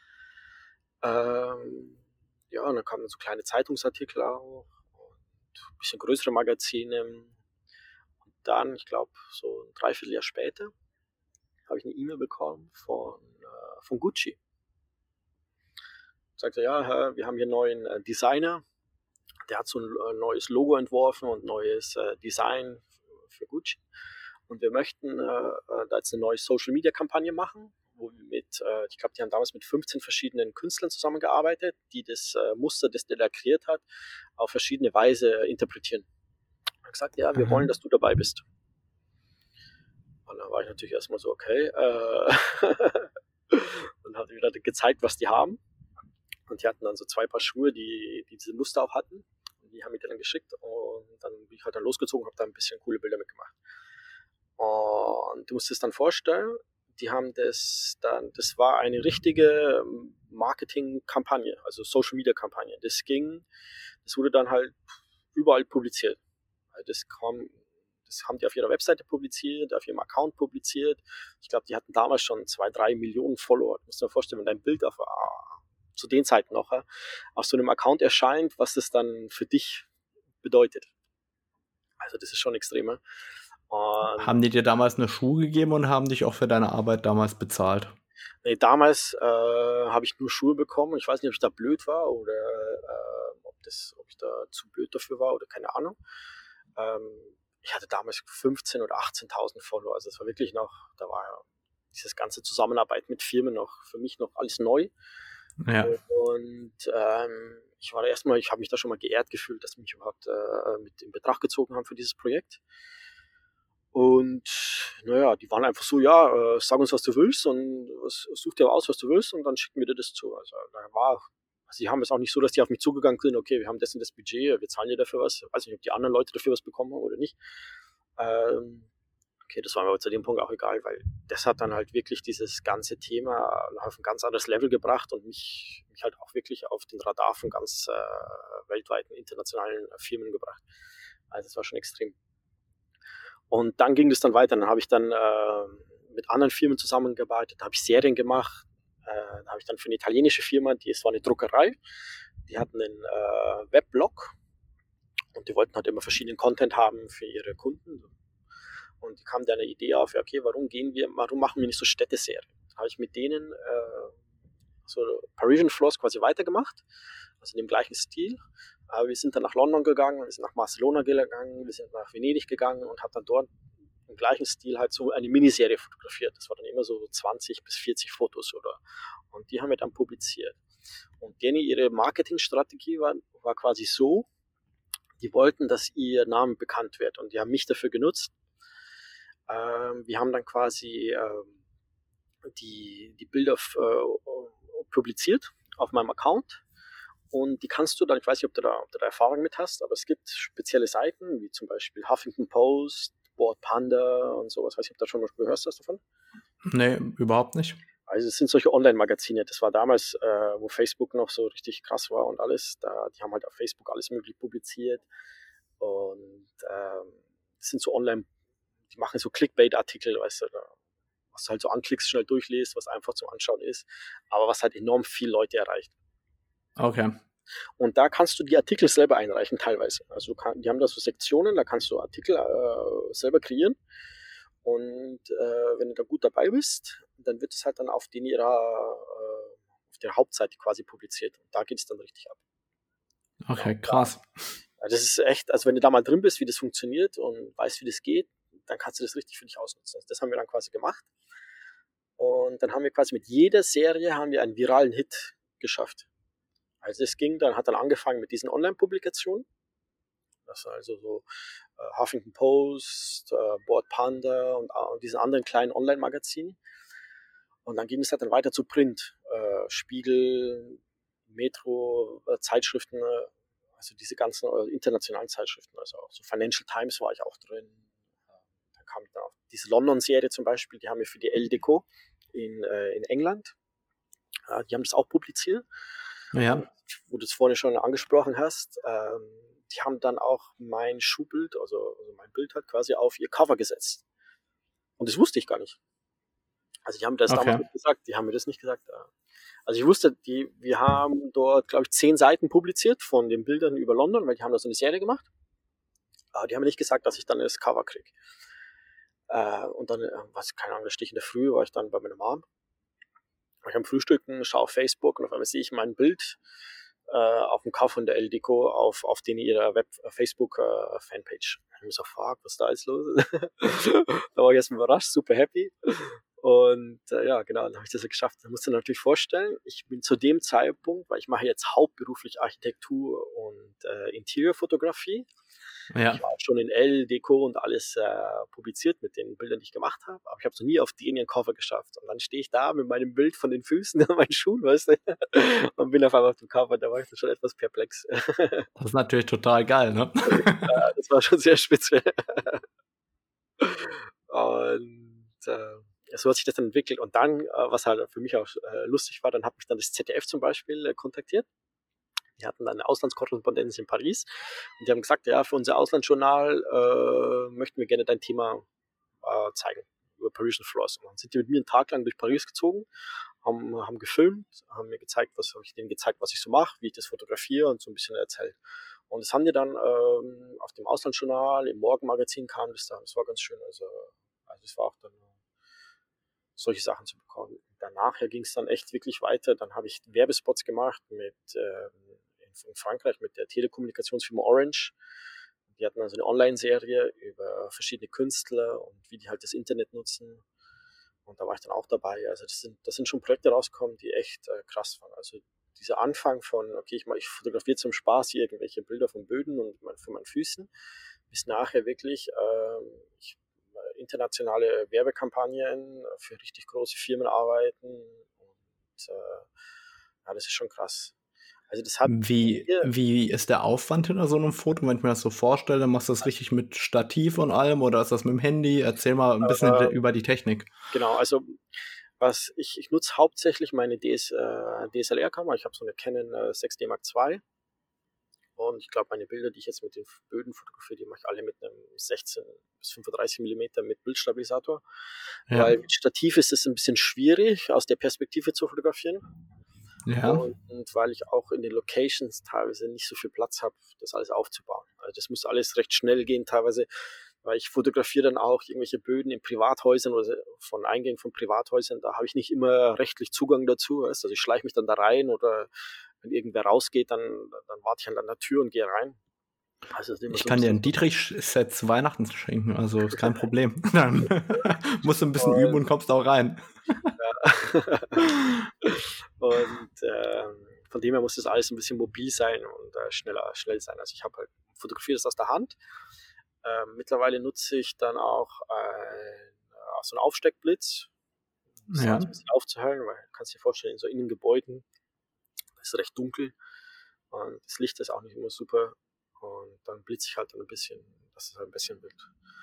S2: Und dann kamen so kleine Zeitungsartikel auch und ein bisschen größere Magazine. Und dann, ich glaube, so ein Dreivierteljahr später habe ich eine E-Mail bekommen von Gucci. Sagte, wir haben hier einen neuen Designer, der hat so ein neues Logo entworfen und neues Design für Gucci. Und wir möchten da jetzt eine neue Social-Media-Kampagne machen, wo wir ich glaube, die haben damals mit 15 verschiedenen Künstlern zusammengearbeitet, die das Muster, das der da kreiert hat, auf verschiedene Weise interpretieren. Er hat gesagt, wir wollen, dass du dabei bist. Und dann war ich natürlich erstmal so, okay. Und habe wieder gezeigt, was die haben. Und die hatten dann so 2 Paar Schuhe, die diese Muster auch hatten. Und die haben mir dann geschickt. Und dann bin ich halt dann losgezogen und habe da ein bisschen coole Bilder mitgemacht. Und du musst es dann vorstellen, die haben das war eine richtige Marketingkampagne, also Social Media Kampagne. Das wurde dann halt überall publiziert. Also das haben die auf ihrer Webseite publiziert, auf ihrem Account publiziert. Ich glaube, die hatten damals schon 2, 3 Millionen Follower. Du musst dir vorstellen, wenn dein Bild zu den Zeiten noch auf so einem Account erscheint, was das dann für dich bedeutet. Also das ist schon extremer.
S1: Haben die dir damals eine Schuhe gegeben und haben dich auch für deine Arbeit damals bezahlt?
S2: Nee, damals habe ich nur Schuhe bekommen. Ich weiß nicht, ob ich da blöd war oder ob ich da zu blöd dafür war oder keine Ahnung. Ich hatte damals 15.000 oder 18.000 Follower. Also es war wirklich noch, da war dieses ganze Zusammenarbeit mit Firmen noch für mich noch alles neu.
S1: Ja.
S2: Und ich habe mich da schon mal geehrt gefühlt, dass sie mich überhaupt mit in Betracht gezogen haben für dieses Projekt. Und naja, die waren einfach so, ja, sag uns, was du willst und such dir aus, was du willst und dann schicken wir dir das zu. Also sie haben es auch nicht so, dass die auf mich zugegangen sind, okay, wir haben das und das Budget, wir zahlen dir dafür was. Ich weiß nicht, ob die anderen Leute dafür was bekommen haben oder nicht. Okay, das war mir aber zu dem Punkt auch egal, weil das hat dann halt wirklich dieses ganze Thema auf ein ganz anderes Level gebracht und mich halt auch wirklich auf den Radar von ganz weltweiten internationalen Firmen gebracht. Also das war schon extrem. Und dann ging das dann weiter. Dann habe ich dann mit anderen Firmen zusammengearbeitet, habe ich Serien gemacht. Da habe ich dann für eine italienische Firma, es war eine Druckerei, die hatten einen Weblog und die wollten halt immer verschiedenen Content haben für ihre Kunden. Und die kam dann eine Idee auf, okay, warum machen wir nicht so Städteserien? Da habe ich mit denen so Parisian Floss quasi weitergemacht, also in dem gleichen Stil. Aber wir sind dann nach London gegangen, wir sind nach Barcelona gegangen, wir sind nach Venedig gegangen und haben dann dort im gleichen Stil halt so eine Miniserie fotografiert. Das war dann immer so 20 bis 40 Fotos und die haben wir dann publiziert. Und ihre Marketingstrategie war quasi so, die wollten, dass ihr Name bekannt wird und die haben mich dafür genutzt. Wir haben dann quasi die Bilder publiziert auf meinem Account. Und die kannst du dann, ich weiß nicht, ob du da Erfahrung mit hast, aber es gibt spezielle Seiten, wie zum Beispiel Huffington Post, Board Panda und sowas. Weiß nicht, ob du da schon mal gehört hast davon?
S1: Nee, überhaupt nicht.
S2: Also es sind solche Online-Magazine. Das war damals, wo Facebook noch so richtig krass war und alles. Die haben halt auf Facebook alles mögliche publiziert. Und das sind so Online, die machen so Clickbait-Artikel, weißt du, was du halt so anklickst, schnell durchliest, was einfach zum Anschauen ist, aber was halt enorm viele Leute erreicht.
S1: Okay.
S2: Und da kannst du die Artikel selber einreichen, teilweise. Also die haben da so Sektionen, da kannst du Artikel selber kreieren. Und wenn du da gut dabei bist, dann wird es halt dann auf der Hauptseite quasi publiziert. Und da geht es dann richtig ab.
S1: Okay, krass.
S2: Das ist echt, also wenn du da mal drin bist, wie das funktioniert und weißt, wie das geht, dann kannst du das richtig für dich ausnutzen. Also das haben wir dann quasi gemacht. Und dann haben wir quasi mit jeder Serie einen viralen Hit geschafft. Also es hat dann angefangen mit diesen Online-Publikationen. Das war also so Huffington Post, Board Panda und diesen anderen kleinen Online-Magazinen. Und dann ging es halt dann weiter zu Print. Spiegel, Metro, Zeitschriften, also diese ganzen internationalen Zeitschriften. Also auch so Financial Times war ich auch drin. Da kam dann auch diese London-Serie zum Beispiel, die haben wir für die Elle Decor in England. Die haben das auch publiziert.
S1: Ja.
S2: Wo du es vorhin schon angesprochen hast, die haben dann auch mein Schuhbild, also mein Bild halt quasi auf ihr Cover gesetzt. Und das wusste ich gar nicht. Also die haben das damals nicht gesagt, die haben mir das nicht gesagt. Also ich wusste, wir haben dort, glaube ich, 10 Seiten publiziert von den Bildern über London, weil die haben da so eine Serie gemacht. Aber die haben mir nicht gesagt, dass ich dann das Cover kriege. Und dann, keine Ahnung, da stehe ich in der Früh, war ich dann bei meiner Mom. Ich am Frühstücken, schaue auf Facebook und auf einmal sehe ich mein Bild auf dem Cover von der Elle Decor auf ihrer Facebook-Fanpage. Ich habe mich so gefragt, was da ist los. Da war ich erstmal überrascht, super happy. Und ja, genau, dann habe ich das ja geschafft. Da musst du dir natürlich vorstellen, ich bin zu dem Zeitpunkt, weil ich mache jetzt hauptberuflich Architektur und Interiorfotografie.
S1: Ja.
S2: Ich war schon in Elle Decor und alles publiziert mit den Bildern, die ich gemacht habe, aber ich habe es noch nie auf den Cover geschafft. Und dann stehe ich da mit meinem Bild von den Füßen an meinen Schuhen, weißt du, und bin auf einmal auf dem Cover. Da war ich dann schon etwas perplex.
S1: Das ist natürlich total geil, ne?
S2: Das war schon sehr speziell. Und so hat sich das dann entwickelt. Und dann, was halt für mich auch lustig war, dann hat mich dann das ZDF zum Beispiel kontaktiert. Die hatten dann eine Auslandskorrespondenz in Paris und die haben gesagt, ja, für unser Auslandsjournal möchten wir gerne dein Thema zeigen über Parisian Floss. Und dann sind die mit mir einen Tag lang durch Paris gezogen, haben gefilmt, haben mir gezeigt, was ich so mache, wie ich das fotografiere und so ein bisschen erzählt. Und das haben die dann auf dem Auslandsjournal, im Morgenmagazin kam das dann. Das war ganz schön. Also es war auch dann solche Sachen zu bekommen. Danach ging es dann echt wirklich weiter. Dann habe ich Werbespots gemacht in Frankreich mit der Telekommunikationsfirma Orange. Die hatten also eine Online-Serie über verschiedene Künstler und wie die halt das Internet nutzen. Und da war ich dann auch dabei. Also das sind schon Projekte rausgekommen, die echt krass waren. Also dieser Anfang von, okay, ich fotografiere zum Spaß irgendwelche Bilder von Böden und von meinen Füßen, bis nachher wirklich internationale Werbekampagnen für richtig große Firmen arbeiten. Und ja, das ist schon krass. Also das hat
S1: Wie ist der Aufwand hinter so einem Foto, wenn ich mir das so vorstelle? Machst du das richtig mit Stativ und allem oder ist das mit dem Handy? Erzähl mal ein bisschen über die Technik.
S2: Genau, also ich nutze hauptsächlich meine DSLR-Kamera. Ich habe so eine Canon 6D Mark II. Und ich glaube, meine Bilder, die ich jetzt mit den Böden fotografiere, die mache ich alle mit einem 16 bis 35 Millimeter mit Bildstabilisator.
S1: Ja.
S2: Weil mit Stativ ist es ein bisschen schwierig, aus der Perspektive zu fotografieren.
S1: Ja.
S2: Und weil ich auch in den Locations teilweise nicht so viel Platz habe, das alles aufzubauen. Also das muss alles recht schnell gehen teilweise, weil ich fotografiere dann auch irgendwelche Böden in Privathäusern oder von Eingängen von Privathäusern. Da habe ich nicht immer rechtlich Zugang dazu. Weißt? Also ich schleiche mich dann da rein oder wenn irgendwer rausgeht, dann warte ich an der Tür und gehe rein. Also
S1: ich kann dir ein Dietrich-Set zu Weihnachten schenken, also ist kein Problem. Dann musst du ein bisschen üben und kommst auch rein.
S2: Ja. Und von dem her muss das alles ein bisschen mobil sein und schnell sein. Also ich habe halt fotografiert das aus der Hand. Mittlerweile nutze ich dann auch so einen Aufsteckblitz, um das ein bisschen aufzuhellen, weil du kannst dir vorstellen, in so Innengebäuden ist es recht dunkel und das Licht ist auch nicht immer super und dann blitze ich halt dann ein bisschen, das ist halt ein bisschen wild.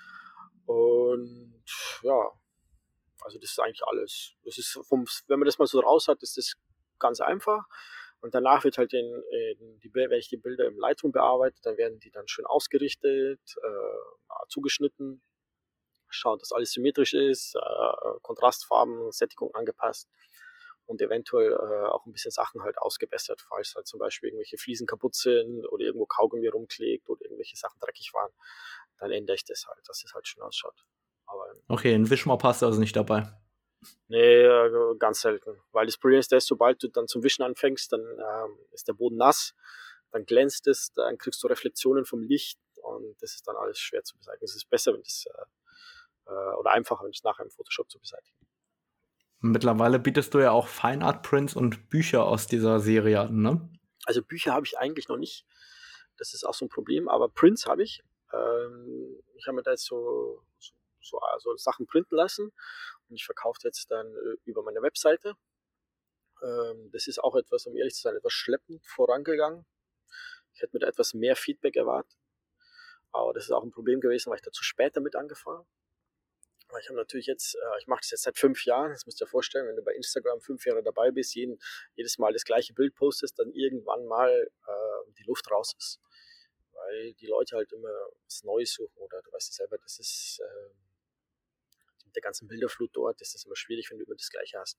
S2: Und ja, also das ist eigentlich alles. Das ist wenn man das mal so raus hat, ist das ganz einfach. Und danach wird halt wenn ich die Bilder im Lightroom bearbeite, dann werden die dann schön ausgerichtet, zugeschnitten, schauen, dass alles symmetrisch ist, Kontrastfarben, Sättigung angepasst und eventuell auch ein bisschen Sachen halt ausgebessert, falls halt zum Beispiel irgendwelche Fliesen kaputt sind oder irgendwo Kaugummi rumklebt oder irgendwelche Sachen dreckig waren, dann ändere ich das halt, dass es halt schön ausschaut. Aber,
S1: okay, ein Wischmopp hast du also nicht dabei?
S2: Nee, ganz selten. Weil das Problem ist, sobald du dann zum Wischen anfängst, dann ist der Boden nass, dann glänzt es, dann kriegst du Reflexionen vom Licht und das ist dann alles schwer zu beseitigen. Es ist besser, wenn das oder einfacher, wenn es nachher im Photoshop zu beseitigen.
S1: Mittlerweile bietest du ja auch Fine Art Prints und Bücher aus dieser Serie an, ne?
S2: Also Bücher habe ich eigentlich noch nicht. Das ist auch so ein Problem, aber Prints habe ich. Ich habe mir da jetzt so Sachen printen lassen und ich verkaufe jetzt dann über meine Webseite. Das ist auch etwas, um ehrlich zu sein, etwas schleppend vorangegangen. Ich hätte mir da etwas mehr Feedback erwartet. Aber das ist auch ein Problem gewesen, weil ich da zu spät damit angefangen habe. Ich habe natürlich jetzt, ich mache das jetzt seit 5 Jahren. Das musst du dir vorstellen, wenn du bei Instagram 5 Jahre dabei bist, jedes Mal das gleiche Bild postest, dann irgendwann mal die Luft raus ist. Weil die Leute halt immer was Neues suchen oder du weißt ja selber, das ist mit der ganzen Bilderflut dort, ist das immer schwierig, wenn du immer das Gleiche hast.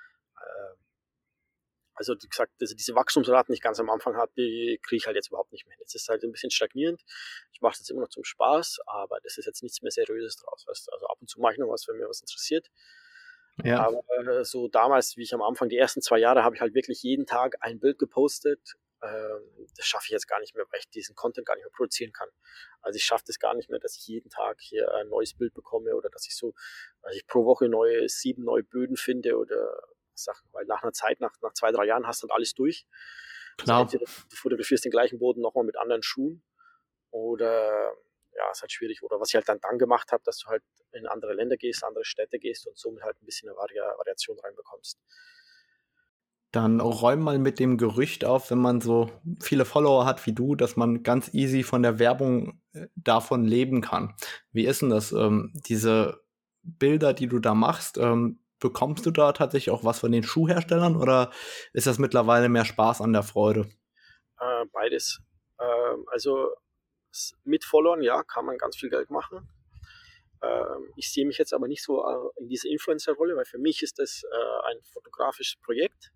S2: Also wie gesagt, diese Wachstumsraten, die ich ganz am Anfang hatte, die kriege ich halt jetzt überhaupt nicht mehr hin. Jetzt ist es halt ein bisschen stagnierend. Ich mache es jetzt immer noch zum Spaß, aber das ist jetzt nichts mehr Seriöses draus. Weißt du? Also ab und zu mache ich noch was, wenn mir was interessiert. Ja. Aber so damals, wie ich am Anfang, die ersten 2 Jahre, habe ich halt wirklich jeden Tag ein Bild gepostet. Das schaffe ich jetzt gar nicht mehr, weil ich diesen Content gar nicht mehr produzieren kann. Also ich schaffe das gar nicht mehr, dass ich jeden Tag hier ein neues Bild bekomme oder dass ich pro Woche 7 neue Böden finde oder Sachen, weil nach einer Zeit, nach 2, 3 Jahren hast du dann alles durch.
S1: Klar.
S2: Also entweder du fotografierst den gleichen Boden nochmal mit anderen Schuhen oder ja, ist halt schwierig. Oder was ich halt dann gemacht habe, dass du halt in andere Länder gehst, andere Städte gehst und somit halt ein bisschen eine Variation reinbekommst.
S1: Dann räum mal mit dem Gerücht auf, wenn man so viele Follower hat wie du, dass man ganz easy von der Werbung davon leben kann. Wie ist denn das? Diese Bilder, die du da machst, bekommst du da tatsächlich auch was von den Schuhherstellern oder ist das mittlerweile mehr Spaß an der Freude?
S2: Beides. Also mit Followern, ja, kann man ganz viel Geld machen. Ich sehe mich jetzt aber nicht so in dieser Influencer-Rolle, weil für mich ist das ein fotografisches Projekt.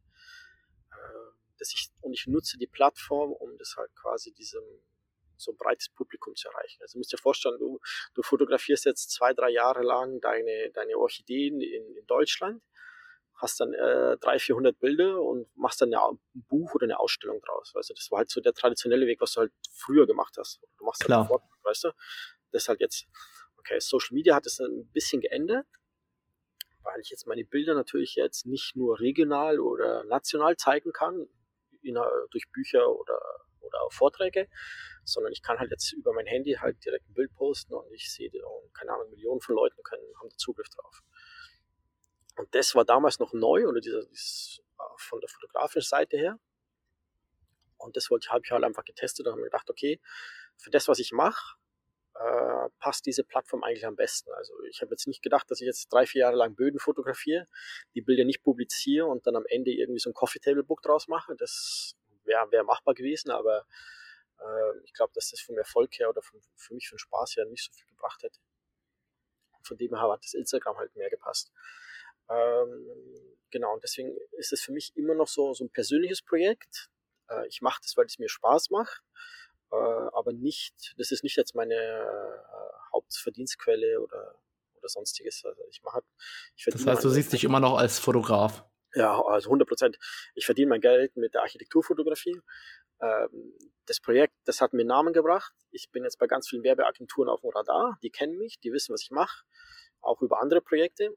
S2: Ich nutze die Plattform, um das halt quasi so ein breites Publikum zu erreichen. Also du musst dir vorstellen, du fotografierst jetzt 2, 3 Jahre lang deine Orchideen in Deutschland, hast dann 300, 400 Bilder und machst dann ein Buch oder eine Ausstellung draus. Also das war halt so der traditionelle Weg, was du halt früher gemacht hast. Du machst
S1: Klar.
S2: halt sofort, weißt du? Das ist halt jetzt, okay, Social Media hat es ein bisschen geändert. weil ich jetzt meine Bilder natürlich jetzt nicht nur regional oder national zeigen kann, durch Bücher oder auch Vorträge, sondern ich kann halt jetzt über mein Handy halt direkt ein Bild posten und ich sehe, und keine Ahnung, Millionen von Leuten haben da Zugriff drauf. Und das war damals noch neu, oder dieses von der fotografischen Seite her. Und das habe ich halt einfach getestet und habe mir gedacht, okay, für das, was ich mache, passt diese Plattform eigentlich am besten. Also ich habe jetzt nicht gedacht, dass ich jetzt 3-4 Jahre lang Böden fotografiere, die Bilder nicht publiziere und dann am Ende irgendwie so ein Coffee-Table-Book draus mache. Das wäre machbar gewesen, aber ich glaube, dass das vom Erfolg her oder für mich, für den Spaß her nicht so viel gebracht hätte. Von dem her hat das Instagram halt mehr gepasst. Genau, und deswegen ist es für mich immer noch so ein persönliches Projekt. Ich mache das, weil es mir Spaß macht, aber das ist nicht jetzt meine Hauptverdienstquelle oder sonstiges. Also
S1: Das heißt, du siehst dich immer noch als Fotograf.
S2: Ja, also 100%. Ich verdiene mein Geld mit der Architekturfotografie. Das Projekt, das hat mir einen Namen gebracht. Ich bin jetzt bei ganz vielen Werbeagenturen auf dem Radar. Die kennen mich, die wissen, was ich mache, auch über andere Projekte.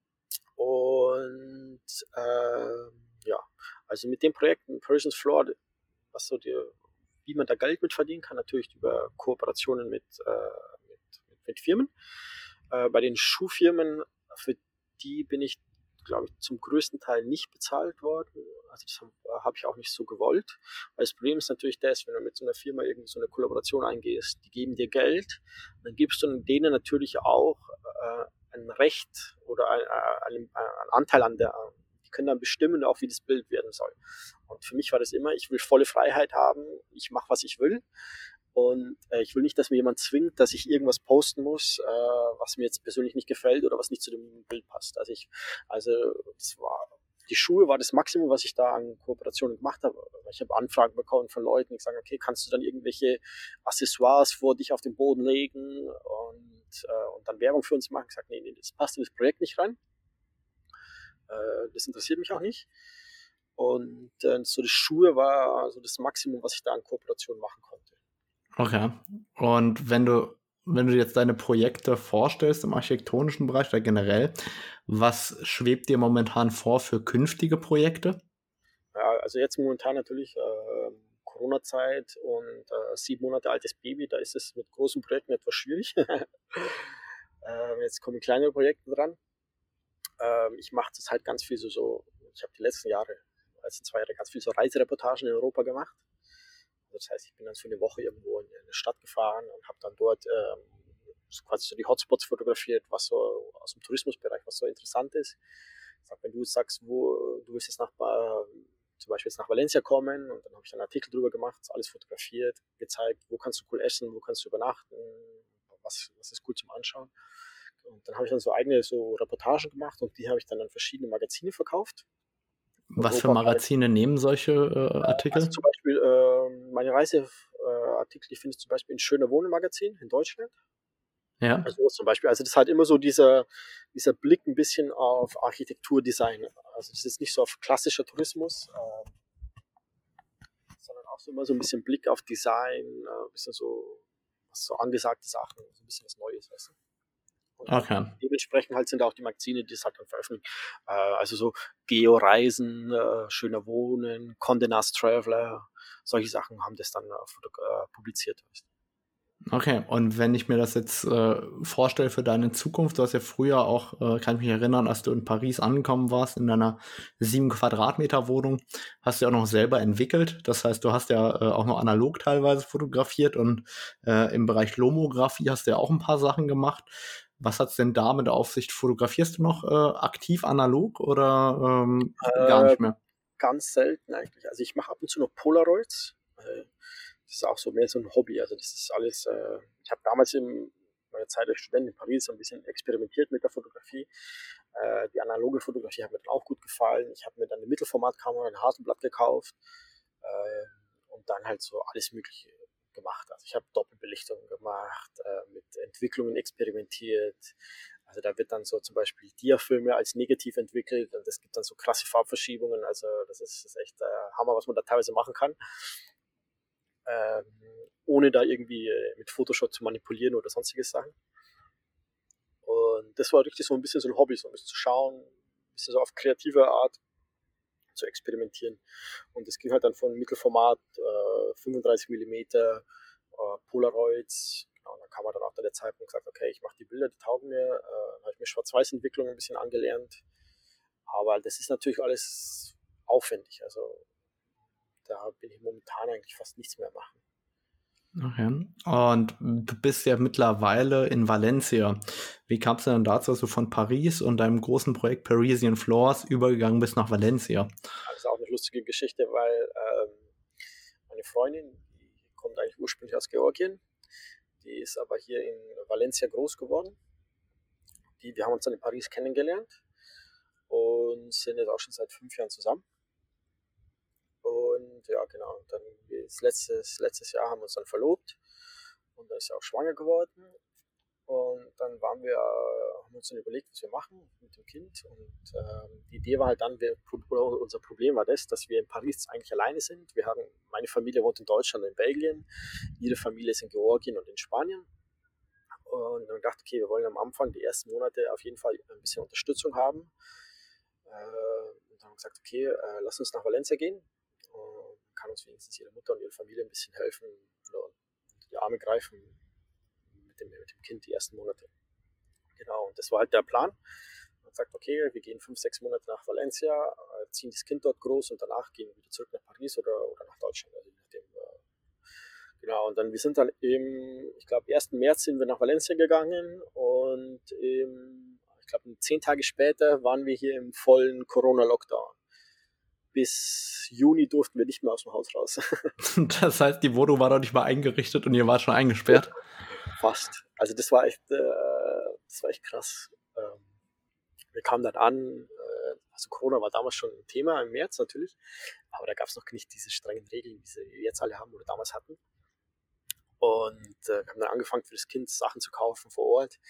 S2: Und ja, also mit dem Projekt Parisians Floor, wie man da Geld mit verdienen kann, natürlich über Kooperationen mit Firmen. Bei den Schuhfirmen, für die bin ich, glaube ich, zum größten Teil nicht bezahlt worden. Also das habe ich auch nicht so gewollt. Weil das Problem ist natürlich das, wenn du mit so einer Firma irgendwie so eine Kollaboration eingehst, die geben dir Geld, dann gibst du denen natürlich auch ein Recht oder einen Anteil die können dann bestimmen, auch wie das Bild werden soll. Und für mich war das immer, ich will volle Freiheit haben, ich mache, was ich will. Und ich will nicht, dass mir jemand zwingt, dass ich irgendwas posten muss, was mir jetzt persönlich nicht gefällt oder was nicht zu dem Bild passt. Die Schuhe war das Maximum, was ich da an Kooperationen gemacht habe. Ich habe Anfragen bekommen von Leuten, die sagen, okay, kannst du dann irgendwelche Accessoires vor dich auf den Boden legen und dann Werbung für uns machen? Ich sage, nee, das passt in das Projekt nicht rein. Das interessiert mich auch nicht. Und so die Schuhe war so das Maximum, was ich da an Kooperationen machen konnte.
S1: Okay. Und wenn du jetzt deine Projekte vorstellst im architektonischen Bereich oder generell, was schwebt dir momentan vor für künftige Projekte?
S2: Ja, also jetzt momentan natürlich Corona-Zeit und 7 Monate altes Baby, da ist es mit großen Projekten etwas schwierig. Jetzt kommen kleinere Projekte dran. Ich mache das halt ganz viel ich habe die letzten 2 Jahre ganz viel so Reisereportagen in Europa gemacht. Das heißt, ich bin dann für eine Woche irgendwo in eine Stadt gefahren und habe dann dort quasi so die Hotspots fotografiert, was so aus dem Tourismusbereich, was so interessant ist. Wenn du sagst, du willst jetzt zum Beispiel jetzt nach Valencia kommen, und dann habe ich einen Artikel drüber gemacht, alles fotografiert, gezeigt, wo kannst du cool essen, wo kannst du übernachten, was ist cool zum Anschauen. Und dann habe ich dann so eigene Reportagen gemacht und die habe ich dann an verschiedene Magazine verkauft.
S1: Was für Magazine nehmen solche Artikel?
S2: Also zum Beispiel meine Reiseartikel, die findest du zum Beispiel in Schöner Wohnen Magazin in Deutschland.
S1: Ja.
S2: Also zum Beispiel, also das ist halt immer so dieser Blick ein bisschen auf Architekturdesign. Also das ist nicht so auf klassischer Tourismus, sondern auch so immer so ein bisschen Blick auf Design, ein bisschen so angesagte Sachen, so ein bisschen was Neues, weißt du? Und
S1: Okay.
S2: dementsprechend halt sind auch die Magazine, die es halt dann veröffentlichen. Also so Geo-Reisen, Schöner Wohnen, Condé Nast Traveler, solche Sachen haben das dann publiziert.
S1: Okay, und wenn ich mir das jetzt vorstelle für deine Zukunft, du hast ja früher auch, kann ich mich erinnern, als du in Paris angekommen warst, in deiner 7 Quadratmeter Wohnung, hast du ja auch noch selber entwickelt. Das heißt, du hast ja auch noch analog teilweise fotografiert und im Bereich Lomographie hast du ja auch ein paar Sachen gemacht. Was hat's denn damit auf sich? Fotografierst du noch aktiv analog oder gar nicht mehr?
S2: Ganz selten eigentlich. Also ich mache ab und zu noch Polaroids. Das ist auch so mehr so ein Hobby. Also das ist alles, ich habe damals in meiner Zeit als Student in Paris so ein bisschen experimentiert mit der Fotografie. Die analoge Fotografie hat mir dann auch gut gefallen. Ich habe mir dann eine Mittelformatkamera, ein Hasselblad gekauft und dann halt so alles Mögliche gemacht. Also ich habe Doppelbelichtungen gemacht, mit Entwicklungen experimentiert. Also da wird dann so zum Beispiel Diafilme als negativ entwickelt und es gibt dann so krasse Farbverschiebungen. Also das ist echt Hammer, was man da teilweise machen kann. Ohne da irgendwie mit Photoshop zu manipulieren oder sonstige Sachen. Und das war richtig so ein bisschen so ein Hobby, so ein bisschen zu schauen, ein bisschen so auf kreative Art zu experimentieren. Und es ging halt dann von Mittelformat, 35 Millimeter, Polaroids. Genau, und dann kam halt dann auch der Zeitpunkt und gesagt, okay, ich mache die Bilder, die taugen mir. Dann habe ich mir Schwarz-Weiß-Entwicklung ein bisschen angelernt. Aber das ist natürlich alles aufwendig. Also da bin ich momentan eigentlich fast nichts mehr machen.
S1: Okay. Und du bist ja mittlerweile in Valencia. Wie kam es denn dazu, dass du von Paris und deinem großen Projekt Parisian Floors übergegangen bist nach Valencia?
S2: Das ist auch eine lustige Geschichte, weil meine Freundin, die kommt eigentlich ursprünglich aus Georgien, die ist aber hier in Valencia groß geworden. Wir haben uns dann in Paris kennengelernt und sind jetzt auch schon seit 5 Jahren zusammen. Und ja, genau, und dann letztes Jahr haben wir uns dann verlobt und dann ist sie auch schwanger geworden. Und dann haben wir uns dann überlegt, was wir machen mit dem Kind. Und die Idee war halt dann, unser Problem war das, dass wir in Paris eigentlich alleine sind. Meine Familie wohnt in Deutschland und in Belgien, ihre Familie ist in Georgien und in Spanien. Und dann dachte ich, okay, wir wollen am Anfang die ersten Monate auf jeden Fall ein bisschen Unterstützung haben. Und dann haben wir gesagt, okay, lass uns nach Valencia gehen. Und kann uns wenigstens ihre Mutter und ihre Familie ein bisschen helfen oder unter die Arme greifen mit dem Kind die ersten Monate. Genau, und das war halt der Plan. Man sagt, okay, wir gehen 5, 6 Monate nach Valencia, ziehen das Kind dort groß und danach gehen wir wieder zurück nach Paris oder nach Deutschland. Also nachdem, genau, und dann wir sind dann ich glaube, 1. März sind wir nach Valencia gegangen und ich glaube, 10 Tage später waren wir hier im vollen Corona-Lockdown. Bis Juni durften wir nicht mehr aus dem Haus raus.
S1: Das heißt, die Wohnung war noch nicht mal eingerichtet und ihr wart schon eingesperrt?
S2: Fast. Also das war echt krass. Wir kamen dann an, also Corona war damals schon ein Thema im März natürlich, aber da gab es noch nicht diese strengen Regeln, wie sie jetzt alle haben oder damals hatten. Und wir haben dann angefangen für das Kind Sachen zu kaufen vor Ort.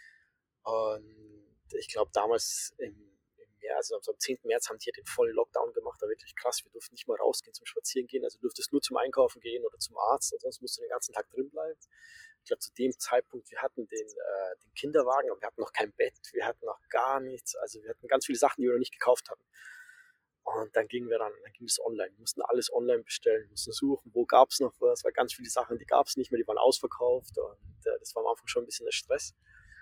S2: Und ich glaube damals also am 10. März haben die hier den vollen Lockdown gemacht, da wirklich krass, wir durften nicht mal rausgehen zum Spazierengehen, also du durftest nur zum Einkaufen gehen oder zum Arzt, ansonsten musst du den ganzen Tag drin bleiben. Ich glaube, zu dem Zeitpunkt, wir hatten den Kinderwagen, aber wir hatten noch kein Bett, wir hatten noch gar nichts, also wir hatten ganz viele Sachen, die wir noch nicht gekauft hatten. Und dann ging es online, wir mussten alles online bestellen, wir mussten suchen, wo gab es noch was, weil ganz viele Sachen, die gab es nicht mehr, die waren ausverkauft und das war am Anfang schon ein bisschen der Stress.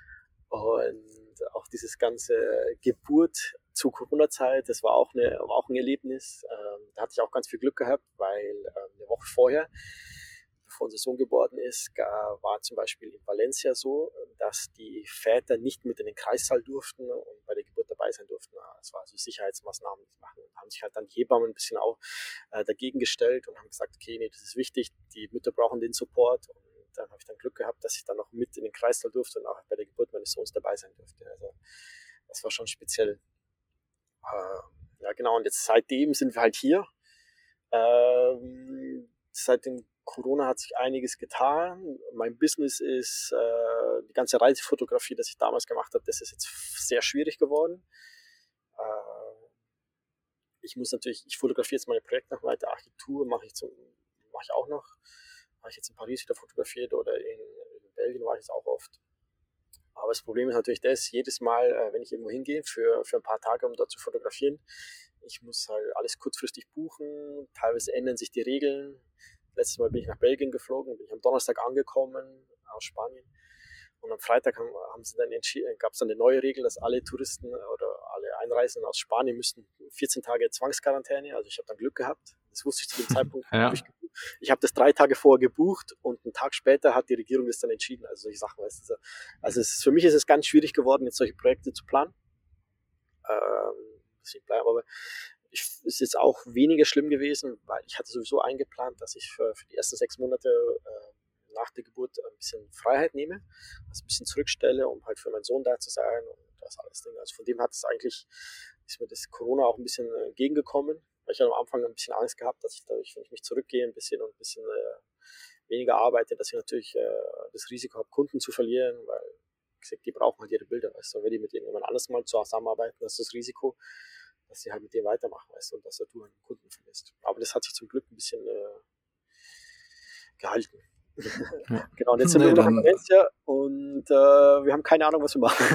S2: Und auch dieses ganze Geburt zur Corona-Zeit, das war auch ein Erlebnis. Da hatte ich auch ganz viel Glück gehabt, weil eine Woche vorher, bevor unser Sohn geboren ist, war zum Beispiel in Valencia so, dass die Väter nicht mit in den Kreissaal durften und bei der Geburt dabei sein durften. Das war also Sicherheitsmaßnahmen, die machen. Und haben sich halt dann die Hebammen ein bisschen auch dagegen gestellt und haben gesagt, okay, nee, das ist wichtig, die Mütter brauchen den Support. Und dann habe ich dann Glück gehabt, dass ich dann noch mit in den Kreissaal durfte und auch bei der Geburt meines Sohns dabei sein durfte. Also das war schon speziell. Ja, genau, und jetzt seitdem sind wir halt hier. Seit dem Corona hat sich einiges getan. Mein Business ist die ganze Reisefotografie, das ich damals gemacht habe, das ist jetzt sehr schwierig geworden. Ich fotografiere jetzt meine Projekte noch weiter. Architektur mache ich auch noch. Habe ich jetzt in Paris wieder fotografiert oder in Belgien war ich jetzt auch oft. Aber das Problem ist natürlich jedes Mal, wenn ich irgendwo hingehe für ein paar Tage, um dort zu fotografieren, ich muss halt alles kurzfristig buchen, teilweise ändern sich die Regeln. Letztes Mal bin ich nach Belgien geflogen, bin ich am Donnerstag angekommen aus Spanien und am Freitag gab es dann eine neue Regel, dass alle Touristen oder alle Einreisenden aus Spanien müssten 14 Tage Zwangsquarantäne, also ich habe dann Glück gehabt, das wusste ich zu dem Zeitpunkt.
S1: Ja.
S2: Ich habe das 3 Tage vorher gebucht und einen Tag später hat die Regierung das dann entschieden, also solche Sachen. Also für mich ist es ganz schwierig geworden, jetzt solche Projekte zu planen. Aber es ist jetzt auch weniger schlimm gewesen, weil ich hatte sowieso eingeplant, dass ich für die ersten 6 Monate nach der Geburt ein bisschen Freiheit nehme, also ein bisschen zurückstelle, um halt für meinen Sohn da zu sein und das alles Ding. Also von dem ist mir das Corona auch ein bisschen entgegengekommen, weil ich hatte am Anfang ein bisschen Angst gehabt, dass ich dadurch, wenn ich mich zurückgehe ein bisschen weniger arbeite, dass ich natürlich das Risiko habe, Kunden zu verlieren, weil die brauchen halt ihre Bilder, weißt du, und wenn die mit irgendjemand anders mal zusammenarbeiten, das ist das Risiko, dass sie halt mit dir weitermachen, weißt du, und dass du einen Kunden verlierst. Aber das hat sich zum Glück ein bisschen gehalten.
S1: Ja.
S2: Genau, und jetzt sind wir immer noch in Valencia und wir haben keine Ahnung, was wir machen.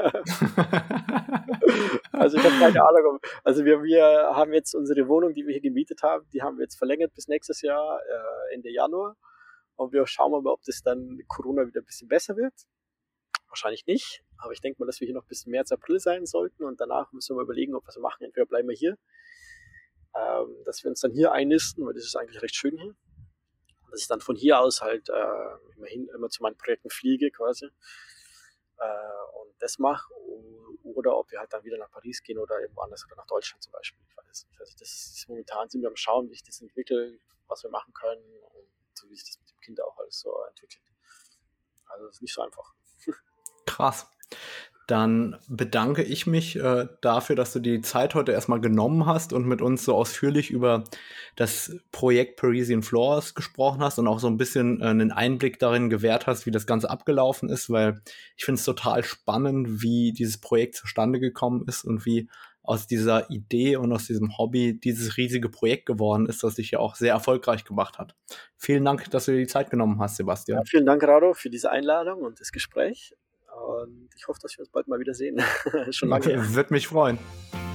S2: Also ich habe keine Ahnung. Also wir haben jetzt unsere Wohnung, die wir hier gemietet haben, die haben wir jetzt verlängert bis nächstes Jahr, Ende Januar. Und wir schauen mal, ob das dann Corona wieder ein bisschen besser wird. Wahrscheinlich nicht, aber ich denke mal, dass wir hier noch bis März, April sein sollten und danach müssen wir mal überlegen, ob wir es machen. Entweder bleiben wir hier, dass wir uns dann hier einnisten, weil das ist eigentlich recht schön hier. Und dass ich dann von hier aus halt immer zu meinen Projekten fliege quasi und das mache. Oder ob wir halt dann wieder nach Paris gehen oder irgendwo anders oder nach Deutschland zum Beispiel. Ich weiß nicht. Also das ist momentan sind wir am Schauen, wie sich das entwickelt, was wir machen können und so wie sich das mit dem Kind auch alles so entwickelt. Also das ist nicht so einfach.
S1: Krass. Dann bedanke ich mich dafür, dass du die Zeit heute erstmal genommen hast und mit uns so ausführlich über das Projekt Parisian Floors gesprochen hast und auch so ein bisschen einen Einblick darin gewährt hast, wie das Ganze abgelaufen ist, weil ich finde es total spannend, wie dieses Projekt zustande gekommen ist und wie aus dieser Idee und aus diesem Hobby dieses riesige Projekt geworden ist, das dich ja auch sehr erfolgreich gemacht hat. Vielen Dank, dass du dir die Zeit genommen hast, Sebastian.
S2: Ja, vielen Dank, Rado, für diese Einladung und das Gespräch. Und ich hoffe, dass wir uns bald mal wieder sehen. Schon lange her.
S1: Würde mich freuen.